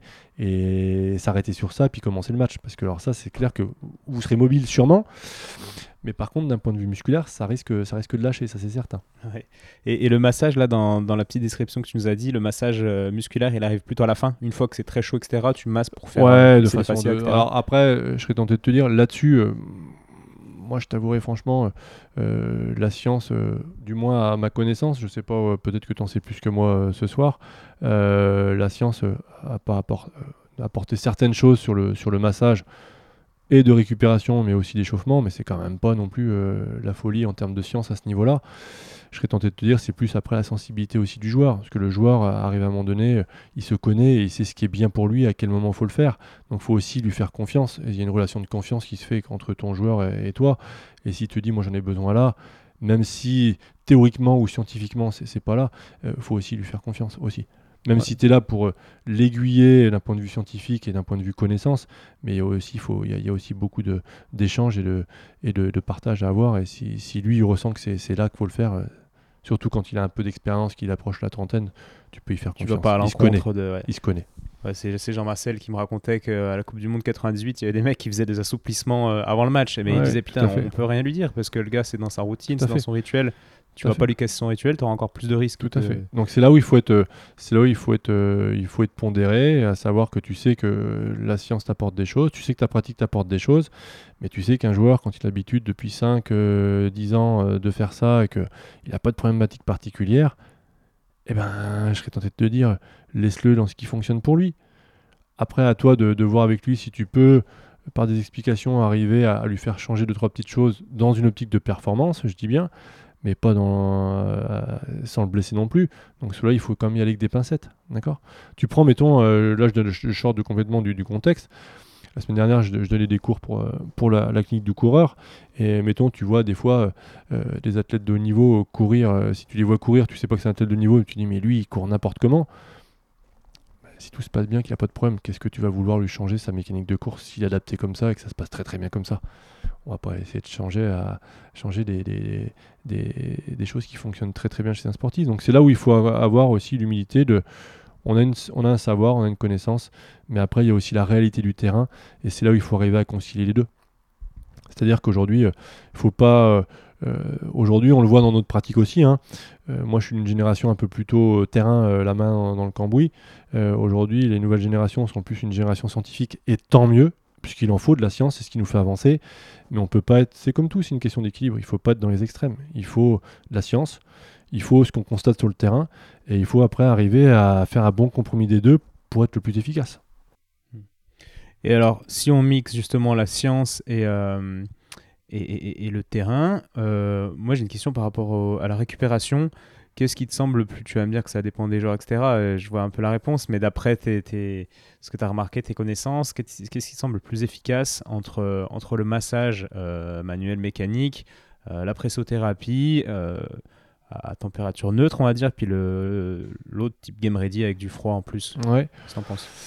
et s'arrêter sur ça puis commencer le match. Parce que alors ça, c'est clair que vous serez mobile sûrement, mais par contre, d'un point de vue musculaire, ça risque, ça risque de lâcher, ça c'est certain. Ouais. Et, et le massage, là, dans, dans la petite description que tu nous as dit, le massage euh, musculaire, il arrive plutôt à la fin. Une fois que c'est très chaud, et cetera, tu masses pour faire... Ouais, euh, de pousser les façon. fascias, de- et cetera. Alors après, euh, je serais tenté de te dire là-dessus. euh, Moi, je t'avouerai franchement, euh, euh, la science, euh, du moins à ma connaissance, je sais pas, euh, peut-être que tu en sais plus que moi euh, ce soir, euh, la science euh, a pas apport- euh, apporté certaines choses sur le, sur le massage et de récupération, mais aussi d'échauffement, mais c'est quand même pas non plus euh, la folie en termes de science à ce niveau-là. Je serais tenté de te dire, c'est plus après la sensibilité aussi du joueur, parce que le joueur euh, arrive à un moment donné, euh, il se connaît et il sait ce qui est bien pour lui, à quel moment il faut le faire. Donc il faut aussi lui faire confiance. Et il y a une relation de confiance qui se fait entre ton joueur et, et toi. Et s'il te dit, moi j'en ai besoin là, même si théoriquement ou scientifiquement c'est, c'est pas là, il euh, faut aussi lui faire confiance aussi. Même ouais. si tu es là pour euh, l'aiguiller d'un point de vue scientifique et d'un point de vue connaissance, mais il y a aussi, faut, il y a, il y a aussi beaucoup de, d'échanges et, de, et de, de partage à avoir. Et si, si lui il ressent que c'est, c'est là qu'il faut le faire, euh, surtout quand il a un peu d'expérience, qu'il approche la trentaine, tu peux y faire tu confiance. Tu vas pas à l'encontre de... Ouais. Il se connaît. Ouais, c'est, c'est Jean-Marcel qui me racontait qu'à la Coupe du Monde quatre-vingt-dix-huit, il y avait des mecs qui faisaient des assouplissements euh, avant le match. Mais ouais, il disait, putain, on, on peut rien lui dire parce que le gars, c'est dans sa routine, c'est fait. Dans son rituel. Tu vas pas lui casser son rituel, tu auras encore plus de risques. Tout à que... fait. Donc c'est là où il faut être, c'est là où il faut être, euh, il faut être pondéré, à savoir que tu sais que la science t'apporte des choses, tu sais que ta pratique t'apporte des choses, mais tu sais qu'un joueur, quand il a l'habitude depuis cinq, dix ans euh, de faire ça et qu'il n'a pas de problématique particulière, eh ben, je serais tenté de te dire, laisse-le dans ce qui fonctionne pour lui. Après, à toi de, de voir avec lui si tu peux, par des explications, arriver à, à lui faire changer deux, trois petites choses dans une optique de performance, je dis bien, mais pas dans, euh, sans le blesser non plus. Donc cela, il faut quand même y aller avec des pincettes, d'accord ? Tu prends, mettons, euh, là je, je sors de complètement du, du contexte. La semaine dernière, je, je donnais des cours pour, pour la, la clinique du coureur, et mettons, tu vois des fois euh, des athlètes de haut niveau courir, euh, si tu les vois courir, tu sais pas que c'est un athlète de haut niveau, et tu dis, mais lui, il court n'importe comment. Si tout se passe bien, qu'il n'y a pas de problème, qu'est-ce que tu vas vouloir lui changer sa mécanique de course s'il est adapté comme ça et que ça se passe très très bien comme ça ? On va pas essayer de changer, à, changer des, des, des, des choses qui fonctionnent très très bien chez un sportif. Donc c'est là où il faut avoir aussi l'humilité de... On a, une, on a un savoir, on a une connaissance, mais après il y a aussi la réalité du terrain et c'est là où il faut arriver à concilier les deux. C'est-à-dire qu'aujourd'hui, il euh, ne faut pas... Euh, aujourd'hui, on le voit dans notre pratique aussi. Hein. Euh, moi, je suis d'une génération un peu plutôt euh, terrain, euh, la main dans, dans le cambouis. Euh, aujourd'hui, les nouvelles générations sont plus une génération scientifique, et tant mieux, puisqu'il en faut de la science, c'est ce qui nous fait avancer. Mais on peut pas être. C'est comme tout, c'est une question d'équilibre. Il ne faut pas être dans les extrêmes. Il faut de la science, il faut ce qu'on constate sur le terrain, et il faut après arriver à faire un bon compromis des deux pour être le plus efficace. Et alors, si on mixe justement la science et euh... Et, et, et le terrain, euh, moi j'ai une question par rapport au, à la récupération. Qu'est-ce qui te semble le plus... Tu vas me dire que ça dépend des joueurs, et cetera. Euh, je vois un peu la réponse, mais d'après tes, tes, ce que tu as remarqué, tes connaissances, qu'est-ce, qu'est-ce qui te semble le plus efficace entre, entre le massage euh, manuel mécanique, euh, la pressothérapie euh, à température neutre, on va dire, puis le, l'autre type game ready avec du froid en plus. Ouais. Qu'est-ce que t'en penses ?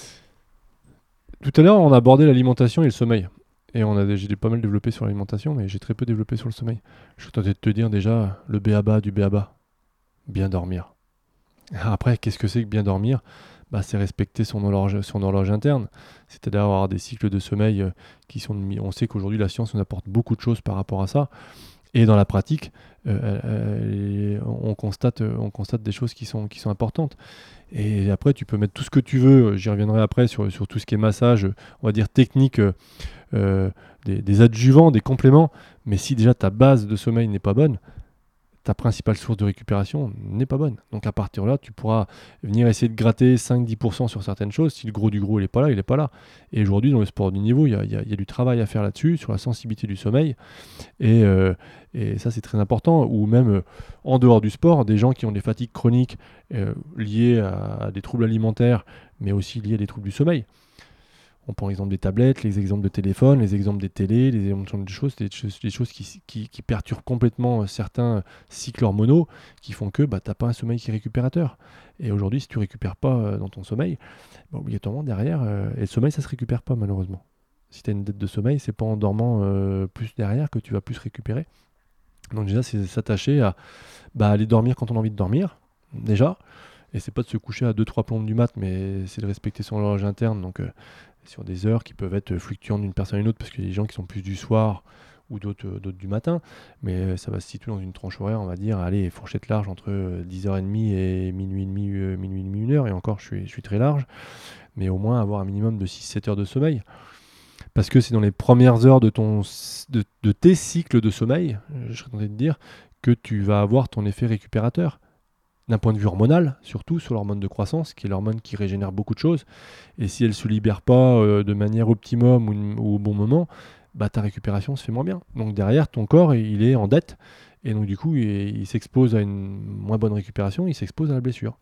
Tout à l'heure, on a abordé l'alimentation et le sommeil. Et on a, j'ai pas mal développé sur l'alimentation, mais j'ai très peu développé sur le sommeil. Je suis tenté de te dire déjà le b a ba du b a ba. Bien dormir. Après, qu'est-ce que c'est que bien dormir ? Bah, c'est respecter son horloge, son horloge interne. C'est-à-dire avoir des cycles de sommeil qui sont... On sait qu'aujourd'hui, la science nous apporte beaucoup de choses par rapport à ça. Et dans la pratique, euh, euh, on, constate, on constate des choses qui sont, qui sont importantes. Et après, tu peux mettre tout ce que tu veux. J'y reviendrai après sur, sur tout ce qui est massage, on va dire technique, euh, des, des adjuvants, des compléments. Mais si déjà ta base de sommeil n'est pas bonne, ta principale source de récupération n'est pas bonne. Donc à partir de là, tu pourras venir essayer de gratter cinq à dix pour cent sur certaines choses. Si le gros du gros, il n'est pas là, il n'est pas là. Et aujourd'hui, dans le sport du niveau, il y a, y a, y a du travail à faire là-dessus, sur la sensibilité du sommeil. Et, euh, et ça, c'est très important. Ou même, euh, en dehors du sport, des gens qui ont des fatigues chroniques euh, liées à, à des troubles alimentaires, mais aussi liées à des troubles du sommeil. On prend l'exemple des tablettes, les exemples de téléphones, les exemples des télés, les exemples de choses, des choses, des choses qui, qui, qui perturbent complètement certains cycles hormonaux qui font que bah, tu n'as pas un sommeil qui est récupérateur. Et aujourd'hui, si tu ne récupères pas euh, dans ton sommeil, bah, obligatoirement derrière, euh, et le sommeil, ça ne se récupère pas malheureusement. Si tu as une dette de sommeil, c'est pas en dormant euh, plus derrière que tu vas plus récupérer. Donc déjà, c'est s'attacher à bah, aller dormir quand on a envie de dormir, déjà. Et c'est pas de se coucher à deux trois plombes du mat, mais c'est de respecter son horloge interne. Donc... Euh, sur des heures qui peuvent être fluctuantes d'une personne à une autre, parce qu'il y a des gens qui sont plus du soir ou d'autres, d'autres du matin, mais ça va se situer dans une tranche horaire, on va dire, allez, fourchette large entre dix heures trente et minuit et demi, euh, minuit et demi, une heure, et encore, je suis, je suis très large, mais au moins avoir un minimum de six à sept heures de sommeil, parce que c'est dans les premières heures de, ton, de, de tes cycles de sommeil, je serais tenté de dire, que tu vas avoir ton effet récupérateur. D'un point de vue hormonal, surtout sur l'hormone de croissance, qui est l'hormone qui régénère beaucoup de choses. Et si elle ne se libère pas euh, de manière optimum ou, ou au bon moment, bah, ta récupération se fait moins bien. Donc derrière, ton corps, il est en dette. Et donc du coup, il, il s'expose à une moins bonne récupération, il s'expose à la blessure.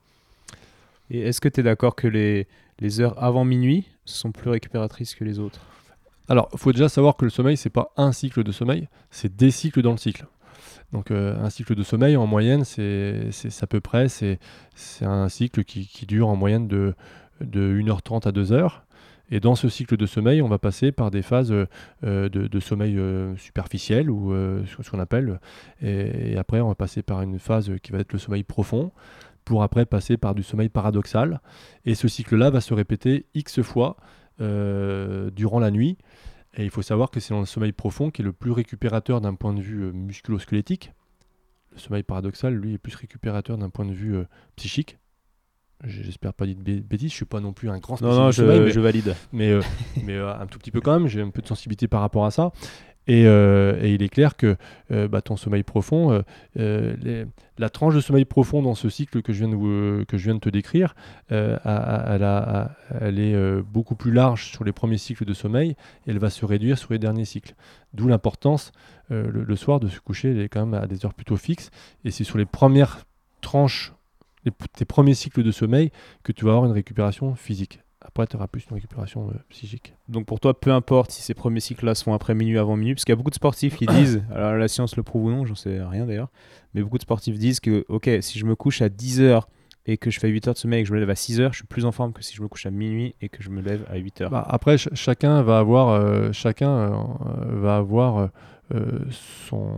Et est-ce que tu es d'accord que les, les heures avant minuit sont plus récupératrices que les autres ? Alors, il faut déjà savoir que le sommeil, ce n'est pas un cycle de sommeil, c'est des cycles dans le cycle. Donc euh, un cycle de sommeil en moyenne, c'est, c'est, c'est à peu près, c'est, c'est un cycle qui, qui dure en moyenne de, de une heure trente à deux heures. Et dans ce cycle de sommeil, on va passer par des phases euh, de, de sommeil euh, superficiel, ou euh, ce qu'on appelle, et, et après on va passer par une phase qui va être le sommeil profond, pour après passer par du sommeil paradoxal. Et ce cycle-là va se répéter X fois euh, durant la nuit. Et il faut savoir que c'est dans le sommeil profond qui est le plus récupérateur d'un point de vue euh, musculo-squelettique. Le sommeil paradoxal, lui, est plus récupérateur d'un point de vue euh, psychique. J'espère pas dire de bêtises, je ne suis pas non plus un grand spécialiste non, non, du sommeil, je, mais, je valide. mais, euh, mais euh, un tout petit peu quand même, j'ai un peu de sensibilité par rapport à ça. Et, euh, et il est clair que euh, bah, ton sommeil profond, euh, euh, les, la tranche de sommeil profond dans ce cycle que je viens de, vous, que je viens de te décrire, euh, a, a, elle, a, elle est euh, beaucoup plus large sur les premiers cycles de sommeil, et elle va se réduire sur les derniers cycles. D'où l'importance euh, le, le soir de se coucher, elle est quand même à des heures plutôt fixes, et c'est sur les premières tranches, les, tes premiers cycles de sommeil, que tu vas avoir une récupération physique. Après, tu auras plus une récupération euh, psychique. Donc pour toi, peu importe si ces premiers cycles-là sont après minuit, avant minuit, parce qu'il y a beaucoup de sportifs qui disent, alors la science le prouve ou non, j'en sais rien d'ailleurs, mais beaucoup de sportifs disent que, ok, si je me couche à dix heures et que je fais huit heures de sommeil et que je me lève à six heures, je suis plus en forme que si je me couche à minuit et que je me lève à huit heures. Bah, après, ch- chacun va avoir, euh, chacun, euh, va avoir euh, son,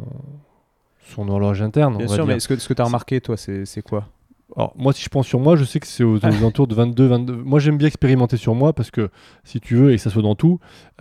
son horloge interne. Bien on va sûr, dire. mais ce que, ce que tu as remarqué, toi, c'est, c'est quoi? Alors, moi, si je pense sur moi, je sais que c'est aux, aux alentours de vingt-deux, vingt-deux. Moi, j'aime bien expérimenter sur moi parce que, si tu veux, et que ça soit dans tout,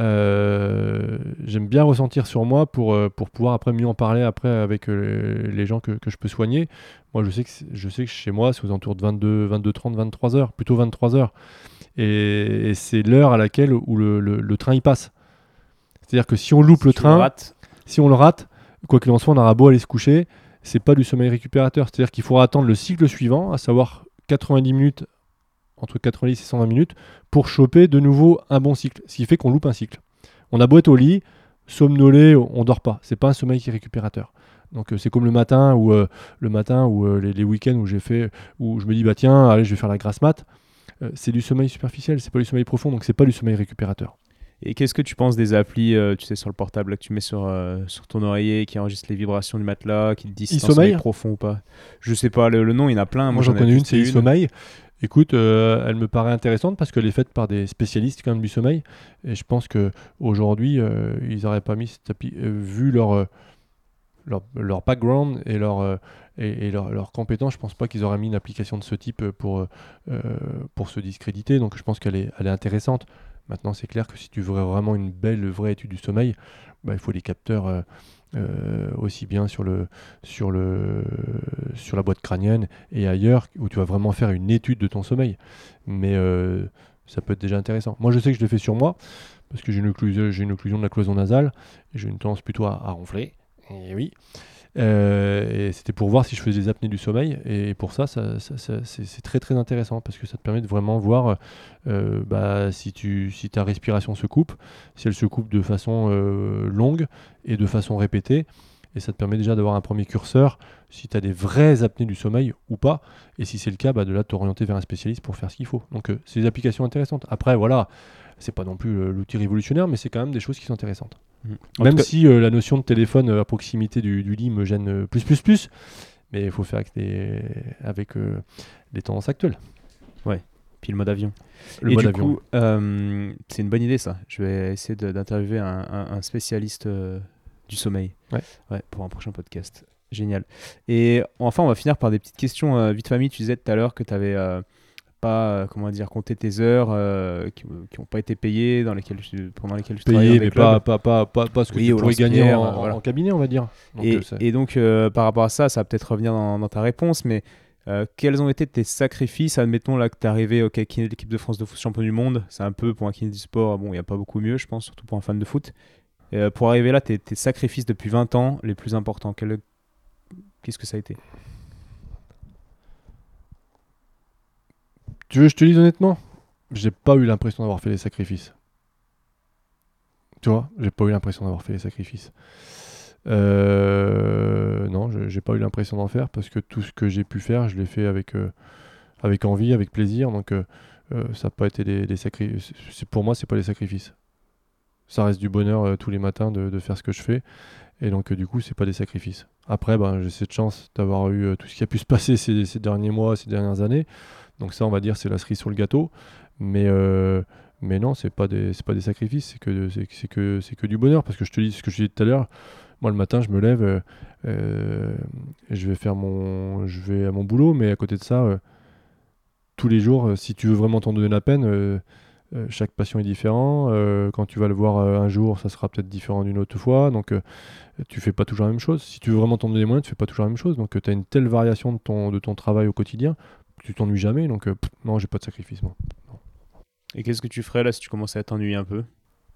euh, j'aime bien ressentir sur moi pour, euh, pour pouvoir après mieux en parler après avec euh, les gens que, que je peux soigner. Moi, je sais que, je sais que chez moi, c'est aux alentours de vingt-deux, vingt-deux trente, vingt-trois heures, plutôt vingt-trois heures. Et, et c'est l'heure à laquelle où le, le, le train y passe. C'est-à-dire que si on loupe Si le tu train, le rates, si on le rate, quoi qu'il en soit, on aura beau aller se coucher, c'est pas du sommeil récupérateur. C'est-à-dire qu'il faudra attendre le cycle suivant, à savoir quatre-vingt-dix minutes, entre quatre-vingt-dix et cent vingt minutes, pour choper de nouveau un bon cycle. Ce qui fait qu'on loupe un cycle. On a beau être au lit, somnolé, on dort pas. C'est pas un sommeil qui est récupérateur. Donc euh, c'est comme le matin ou euh, le matin ou euh, les, les week-ends où j'ai fait, où je me dis bah tiens, allez, je vais faire la grasse mat. Euh, c'est du sommeil superficiel, c'est pas du sommeil profond, donc c'est pas du sommeil récupérateur. et qu'est-ce que tu penses des applis, euh, tu sais, sur le portable là, que tu mets sur, euh, sur ton oreiller, qui enregistre les vibrations du matelas, qui te disent si t'es en E-sommeil sommeil profond ou pas? Je sais pas, le, le nom, il y en a plein. Moi, j'en ai connais une, testé c'est e-sommeil. Écoute, euh, elle me paraît intéressante parce qu'elle est faite par des spécialistes quand même du sommeil. Et je pense qu'aujourd'hui, euh, ils n'auraient pas mis cette appli, euh, vu leur, euh, leur, leur background et leur, euh, et, et leur, leurs compétences, je pense pas qu'ils auraient mis une application de ce type pour, euh, euh, pour se discréditer. Donc je pense qu'elle est, elle est intéressante. Maintenant, c'est clair que si tu veux vraiment une belle, vraie étude du sommeil, bah, il faut des capteurs euh, euh, aussi bien sur, le, sur, le, sur la boîte crânienne et ailleurs, où tu vas vraiment faire une étude de ton sommeil. Mais euh, ça peut être déjà intéressant. Moi, je sais que je le fais sur moi, parce que j'ai une occlusion, j'ai une occlusion de la cloison nasale, et j'ai une tendance plutôt à, à ronfler. Et oui. Euh, et c'était pour voir si je faisais des apnées du sommeil, et pour ça, ça, ça, ça c'est, c'est très très intéressant parce que ça te permet de vraiment voir euh, bah, si, tu, si ta respiration se coupe, si elle se coupe de façon euh, longue et de façon répétée, et ça te permet déjà d'avoir un premier curseur si tu as des vraies apnées du sommeil ou pas, et si c'est le cas, bah, de là t'orienter vers un spécialiste pour faire ce qu'il faut. Donc euh, c'est des applications intéressantes. Après voilà, c'est pas non plus euh, l'outil révolutionnaire, mais c'est quand même des choses qui sont intéressantes. En Même tout cas- si euh, la notion de téléphone euh, à proximité du, du lit me gêne euh, plus, plus, plus. Mais il faut faire avec, les, avec euh, les tendances actuelles. Puis le mode avion. Le et mode du avion. coup, euh, c'est une bonne idée ça. Je vais essayer de- d'interviewer un, un- un spécialiste euh, du sommeil. Ouais. Ouais, pour un prochain podcast. Génial. Et enfin, on va finir par des petites questions euh, vie de famille. Tu disais tout à l'heure que tu avais pas, euh, comment dire, compté tes heures euh, qui n'ont pas été payées, dans lesquelles tu, pendant lesquelles tu travaillais Payé, dans des mais clubs. pas, pas, pas, pas, pas ce que Oui, tu au pourrais gagner lance-pierre, en, euh, voilà. en cabinet, on va dire. Donc, Et, euh, c'est- et donc, euh, par rapport à ça, ça va peut-être revenir dans, dans ta réponse, mais euh, quels ont été tes sacrifices? Admettons là que tu es arrivé au kiné de l'équipe de France de foot champion du monde. C'est un peu pour un kiné du sport, bon, il n'y a pas beaucoup mieux, je pense, surtout pour un fan de foot. Et, euh, pour arriver là, tes, tes sacrifices depuis vingt ans les plus importants, quel- qu'est-ce que ça a été? Tu veux que je te dise honnêtement, j'ai pas eu l'impression d'avoir fait les sacrifices. Tu vois, j'ai pas eu l'impression d'avoir fait les sacrifices. Euh, non, je- j'ai pas eu l'impression d'en faire parce que tout ce que j'ai pu faire, je l'ai fait avec, euh, avec envie, avec plaisir. Donc, euh, euh, ça n'a pas été des, des sacrifices. C'est- Pour moi, c'est pas des sacrifices. ça reste du bonheur euh, tous les matins de, de faire ce que je fais. Et donc, euh, du coup, c'est pas des sacrifices. Après, ben, j'ai cette chance d'avoir eu euh, tout ce qui a pu se passer ces, ces derniers mois, ces dernières années. Donc ça, on va dire, c'est la cerise sur le gâteau. Mais, euh, mais non, c'est pas des, c'est pas des sacrifices, c'est que, c'est, c'est que, c'est que du bonheur. Parce que je te dis ce que je disais tout à l'heure, moi le matin, je me lève, euh, euh, et je vais faire mon, je vais à mon boulot, mais à côté de ça, euh, tous les jours, euh, si tu veux vraiment t'en donner la peine, euh, euh, chaque patient est différent. Euh, quand tu vas le voir euh, un jour, ça sera peut-être différent d'une autre fois. Donc euh, tu fais pas toujours la même chose. Si tu veux vraiment t'en donner les moyens, tu fais pas toujours la même chose. Donc tu as une telle variation de ton, de ton travail au quotidien, que tu t'ennuies jamais. Donc euh, pff, non, j'ai pas de sacrifice, moi. Non. Et qu'est-ce que tu ferais là si tu commençais à t'ennuyer un peu?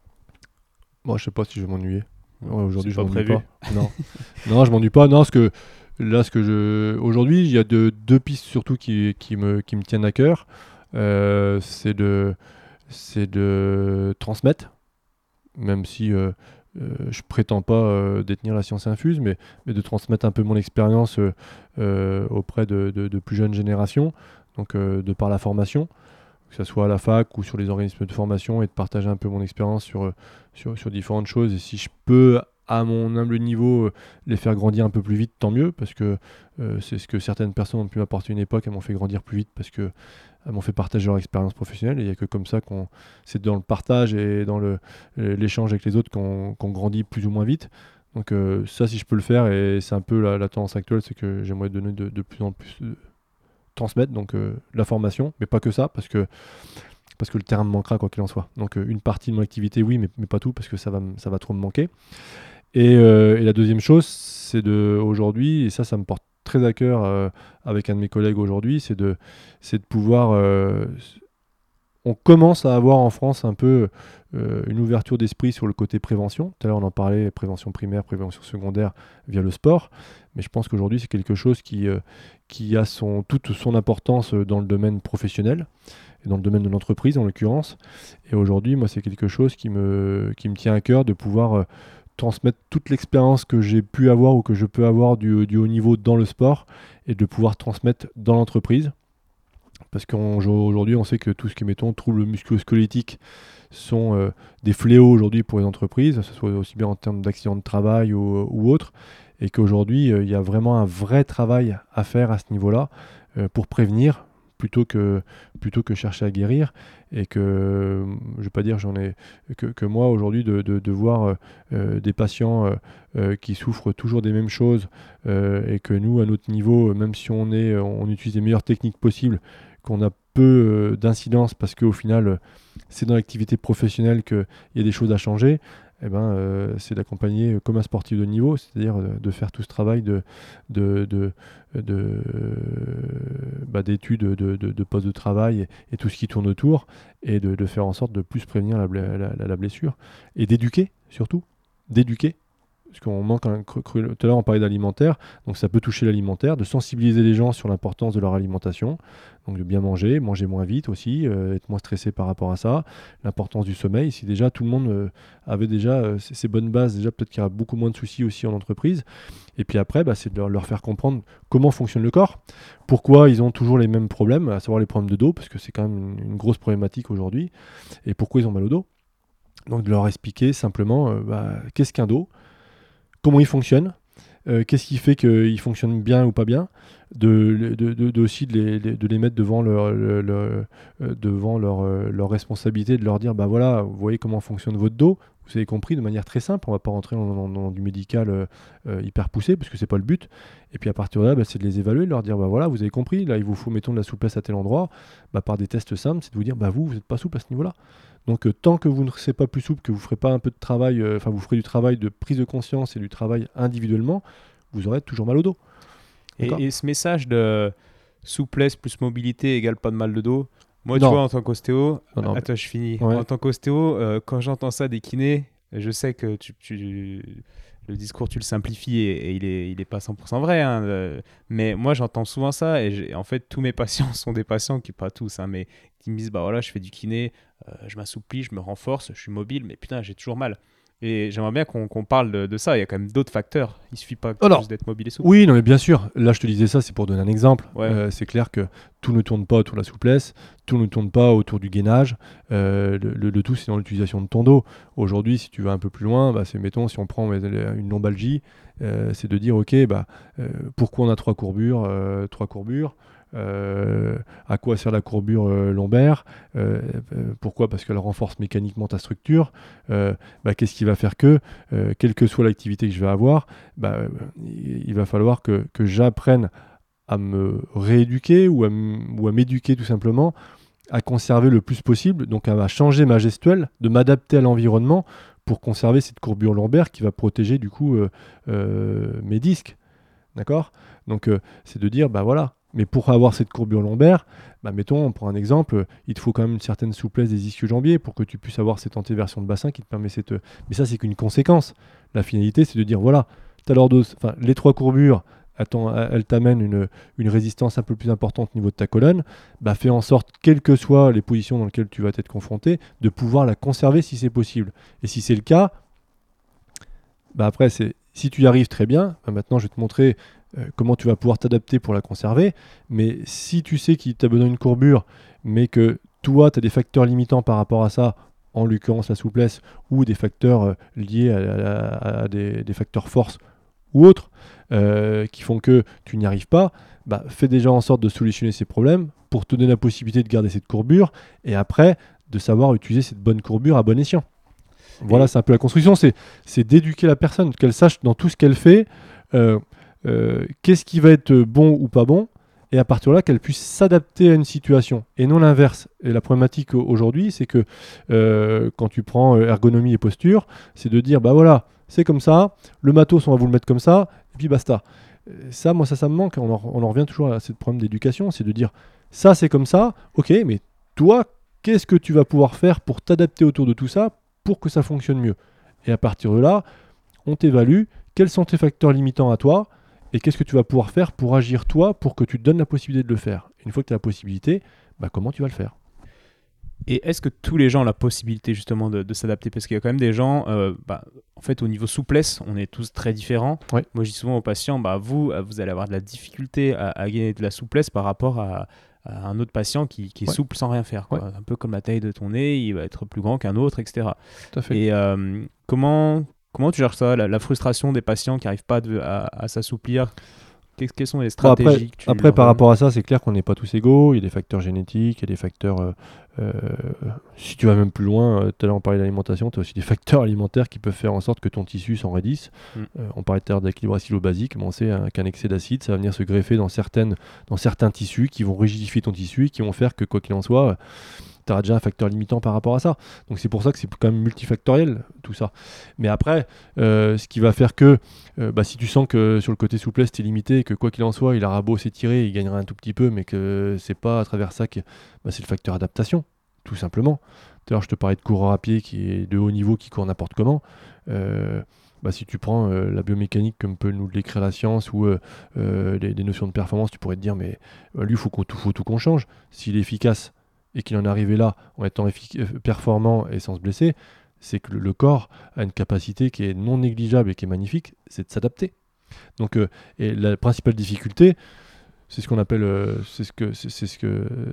Moi, je sais pas si je vais m'ennuyer. Ouais, Ouais, aujourd'hui, c'est je pas m'ennuie prévu. pas. Non, non, je m'ennuie pas. Non, parce que là, ce que je, aujourd'hui, il y a de- deux pistes surtout qui, qui me, qui me tiennent à cœur. Euh, c'est de, c'est de transmettre, même si euh, euh, je prétends pas euh, détenir la science infuse, mais, mais de transmettre un peu mon expérience euh, euh, auprès de, de- de plus jeunes générations, donc euh, de par la formation, que ce soit à la fac ou sur les organismes de formation, et de partager un peu mon expérience sur, euh, sur, sur différentes choses. Et si je peux, à mon humble niveau, euh, les faire grandir un peu plus vite, tant mieux, parce que euh, c'est ce que certaines personnes ont pu m'apporter à une époque, elles m'ont fait grandir plus vite parce que elles m'ont fait partager leur expérience professionnelle. Et il n'y a que comme ça qu'on, c'est dans le partage et dans le, l'échange avec les autres qu'on, qu'on grandit plus ou moins vite. Donc euh, ça, si je peux le faire, et c'est un peu la, la tendance actuelle, c'est que j'aimerais donner de, de plus en plus, euh, transmettre donc euh, la formation, mais pas que ça, parce que parce que le terrain me manquera quoi qu'il en soit. Donc euh, une partie de mon activité, oui, mais, mais pas tout, parce que ça va, m- ça va trop me manquer. Et, euh, et la deuxième chose, c'est de aujourd'hui, et ça, ça me porte très à cœur euh, avec un de mes collègues aujourd'hui, c'est de, c'est de pouvoir. Euh, on commence à avoir en France un peu euh, une ouverture d'esprit sur le côté prévention. Tout à l'heure, on en parlait, prévention primaire, prévention secondaire via le sport. Mais je pense qu'aujourd'hui, c'est quelque chose qui, euh, qui a son, toute son importance euh, dans le domaine professionnel et dans le domaine de l'entreprise en l'occurrence. Et aujourd'hui, moi, c'est quelque chose qui me, qui me tient à cœur de pouvoir euh, transmettre toute l'expérience que j'ai pu avoir ou que je peux avoir du, du haut niveau dans le sport et de pouvoir transmettre dans l'entreprise. Parce qu'aujourd'hui, on sait que tout ce qui est, mettons, troubles musculo-squelettiques sont euh, des fléaux aujourd'hui pour les entreprises, que ce soit aussi bien en termes d'accidents de travail ou, ou autres, et qu'aujourd'hui, euh, il y a vraiment un vrai travail à faire à ce niveau-là euh, pour prévenir plutôt que, plutôt que chercher à guérir. Et que, je ne vais pas dire j'en ai, que, que moi, aujourd'hui, de, de, de voir euh, euh, des patients euh, euh, qui souffrent toujours des mêmes choses, euh, et que nous, à notre niveau, même si on, est, on utilise les meilleures techniques possibles, qu'on a peu euh, d'incidence parce qu'au final, euh, c'est dans l'activité professionnelle qu'il y a des choses à changer, eh ben, euh, c'est d'accompagner euh, comme un sportif de niveau, c'est-à-dire de, de faire tout ce travail de, de, de, de, euh, bah, d'études de, de, de poste de travail et, et tout ce qui tourne autour, et de, de faire en sorte de plus prévenir la, bla- la, la- la blessure, et d'éduquer surtout, d'éduquer. Parce qu'on manque un cru, cru- tout à l'heure on parlait d'alimentaire, donc ça peut toucher l'alimentaire, de sensibiliser les gens sur l'importance de leur alimentation, donc de bien manger, manger moins vite aussi, euh, être moins stressé par rapport à ça, l'importance du sommeil. Si déjà tout le monde euh, avait déjà euh, ces, ces bonnes bases, déjà peut-être qu'il y aura beaucoup moins de soucis aussi en entreprise. Et puis après, bah, c'est de leur, leur faire comprendre comment fonctionne le corps, pourquoi ils ont toujours les mêmes problèmes, à savoir les problèmes de dos, parce que c'est quand même une, une grosse problématique aujourd'hui, et pourquoi ils ont mal au dos. Donc de leur expliquer simplement euh, bah, qu'est-ce qu'un dos, comment il fonctionne, euh, qu'est-ce qui fait qu'il fonctionne bien ou pas bien, de, de, de, de aussi de les, de les mettre devant leur, leur, leur, euh, devant leur, euh, leur responsabilité, de leur dire bah voilà, vous voyez comment fonctionne votre dos, vous avez compris de manière très simple, on va pas rentrer dans, dans- dans du médical euh, euh, hyper poussé parce que c'est pas le but. Et puis à partir de là, bah, c'est de les évaluer, de leur dire bah voilà, vous avez compris, là il vous faut mettons de la souplesse à tel endroit, bah, par des tests simples, c'est de vous dire bah vous, vous n'êtes pas souple à ce niveau-là. Donc euh, tant que vous ne serez pas plus souple, que vous ne ferez pas un peu de travail, euh, enfin vous ferez du travail de prise de conscience et du travail individuellement, vous aurez toujours mal au dos. D'accord? Et, et ce message de souplesse plus mobilité égale pas de mal de dos, moi, tu vois, Non, en tant qu'ostéo, non, non, attends, je finis. mais- ouais. En tant qu'ostéo, euh, quand j'entends ça des kinés, je sais que tu, tu- le discours, tu le simplifies et, et il est, il est pas cent pour cent vrai. Hein, euh, mais moi, j'entends souvent ça et j'ai- en fait, tous mes patients sont des patients qui, pas tous, hein, mais qui me disent, bah voilà, je fais du kiné, euh, je m'assouplis, je me renforce, je suis mobile, mais putain, j'ai toujours mal. Et j'aimerais bien qu'on, qu'on parle de, de ça. Il y a quand même d'autres facteurs. Il suffit pas Alors, juste d'être mobile et souple. Oui, non, mais bien sûr. Là, je te disais ça, c'est pour donner un exemple. Ouais. Euh, c'est clair que tout ne tourne pas autour de la souplesse, tout ne tourne pas autour du gainage. Euh, le, le, le tout, c'est dans l'utilisation de ton dos. Aujourd'hui, si tu vas un peu plus loin, bah, c'est, mettons, si on prend une lombalgie, euh, c'est de dire, OK, bah, euh, pourquoi on a trois courbures, euh, trois courbures Euh, à quoi sert la courbure euh, lombaire euh, euh, Pourquoi ? Parce qu'elle renforce mécaniquement ta structure. Euh, bah, qu'est-ce qui va faire que, euh, quelle que soit l'activité que je vais avoir, bah, euh, il, il va falloir que, que j'apprenne à me rééduquer ou à, m- ou à m'éduquer tout simplement, à conserver le plus possible, donc à, à changer ma gestuelle, de m'adapter à l'environnement pour conserver cette courbure lombaire qui va protéger du coup euh, euh, mes disques. D'accord ? Donc euh, c'est de dire, bah voilà, mais pour avoir cette courbure lombaire, bah mettons, on prend un exemple, euh, il te faut quand même une certaine souplesse des ischio-jambiers pour que tu puisses avoir cette antéversion de bassin qui te permet cette... Mais ça, c'est qu'une conséquence. La finalité, c'est de dire, voilà, t'as l'ordose, enfin, les trois courbures, attends, elles t'amènent une, une résistance un peu plus importante au niveau de ta colonne, bah fais en sorte, quelles que soient les positions dans lesquelles tu vas être confronté, de pouvoir la conserver si c'est possible. Et si c'est le cas, bah après, c'est, si tu y arrives très bien, bah maintenant je vais te montrer euh, comment tu vas pouvoir t'adapter pour la conserver. Mais si tu sais qu'il t'a besoin d'une courbure, mais que toi, tu as des facteurs limitants par rapport à ça, en l'occurrence la souplesse, ou des facteurs euh, liés à, à- à des, des facteurs force ou autres, euh, qui font que tu n'y arrives pas, bah, fais déjà en sorte de solutionner ces problèmes pour te donner la possibilité de garder cette courbure, et après, de savoir utiliser cette bonne courbure à bon escient. Voilà, Et- c'est un peu la construction, c'est, c'est d'éduquer la personne, qu'elle sache dans tout ce qu'elle fait, euh, euh, qu'est-ce qui va être bon ou pas bon, et à partir de là, qu'elle puisse s'adapter à une situation, et non l'inverse. Et la problématique au- aujourd'hui, c'est que euh, quand tu prends euh, ergonomie et posture, c'est de dire, bah voilà, c'est comme ça, le matos, on va vous le mettre comme ça, et puis basta. Euh, Ça, moi, ça, ça me manque, on en, on en revient toujours à ce problème d'éducation, c'est de dire, ça, c'est comme ça, ok, mais toi, qu'est-ce que tu vas pouvoir faire pour t'adapter autour de tout ça pour que ça fonctionne mieux. Et à partir de là, on t'évalue, quels sont tes facteurs limitants à toi, et qu'est-ce que tu vas pouvoir faire pour agir toi, pour que tu te donnes la possibilité de le faire. Et une fois que tu as la possibilité, bah, comment tu vas le faire. Et est-ce que tous les gens ont la possibilité justement de, de s'adapter? Parce qu'il y a quand même des gens, euh, bah, en fait, au niveau souplesse, on est tous très différents. Ouais. Moi, je dis souvent aux patients, bah, vous, euh, vous allez avoir de la difficulté à, à gagner de la souplesse par rapport à, à un autre patient qui, qui est Ouais. souple sans rien faire, quoi. Ouais. Un peu comme la taille de ton nez, il va être plus grand qu'un autre, et cetera. Tout à fait. Et euh, comment, comment tu gères ça, la, la frustration des patients qui n'arrivent pas de- à, à s'assouplir? Qu'est- Quelles sont les Bon, stratégies après, que tu après leur par donnes? rapport à ça, c'est clair qu'on n'est pas tous égaux. Il y a des facteurs génétiques, il y a des facteurs. euh, euh, si tu vas même plus loin, euh, tout à l'heure on parlait d'alimentation, tu as aussi des facteurs alimentaires qui peuvent faire en sorte que ton tissu s'enraidisse. Mm. Euh, on parlait tout à l'heure d'équilibre acido-basique, mais on sait hein, qu'un excès d'acide, ça va venir se greffer dans, certaines, dans certains tissus qui vont rigidifier ton tissu et qui vont faire que, quoi qu'il en soit, tu auras déjà un facteur limitant par rapport à ça. Donc c'est pour ça que c'est quand même multifactoriel tout ça. Mais après, euh, ce qui va faire que euh, bah, si tu sens que sur le côté souplesse tu es limité et que quoi qu'il en soit, il aura beau s'étirer, il gagnera un tout petit peu, mais que c'est pas à travers ça que bah, c'est le facteur adaptation, tout simplement. Tout à l'heure je te parlais de coureur à pied qui est de haut niveau, qui court n'importe comment. Euh, bah, si tu prends euh, la biomécanique comme peut nous l'écrire la science ou euh, euh, les, les notions de performance, tu pourrais te dire mais euh, lui il faut, qu'on, tout, faut tout qu'on change. S'il est efficace et qu'il en est arrivé là en étant effic- euh, performant et sans se blesser, c'est que le, le corps a une capacité qui est non négligeable et qui est magnifique, c'est de s'adapter. Donc, euh, et la principale difficulté, c'est ce qu'on appelle, euh, c'est ce que, c'est, c'est ce que,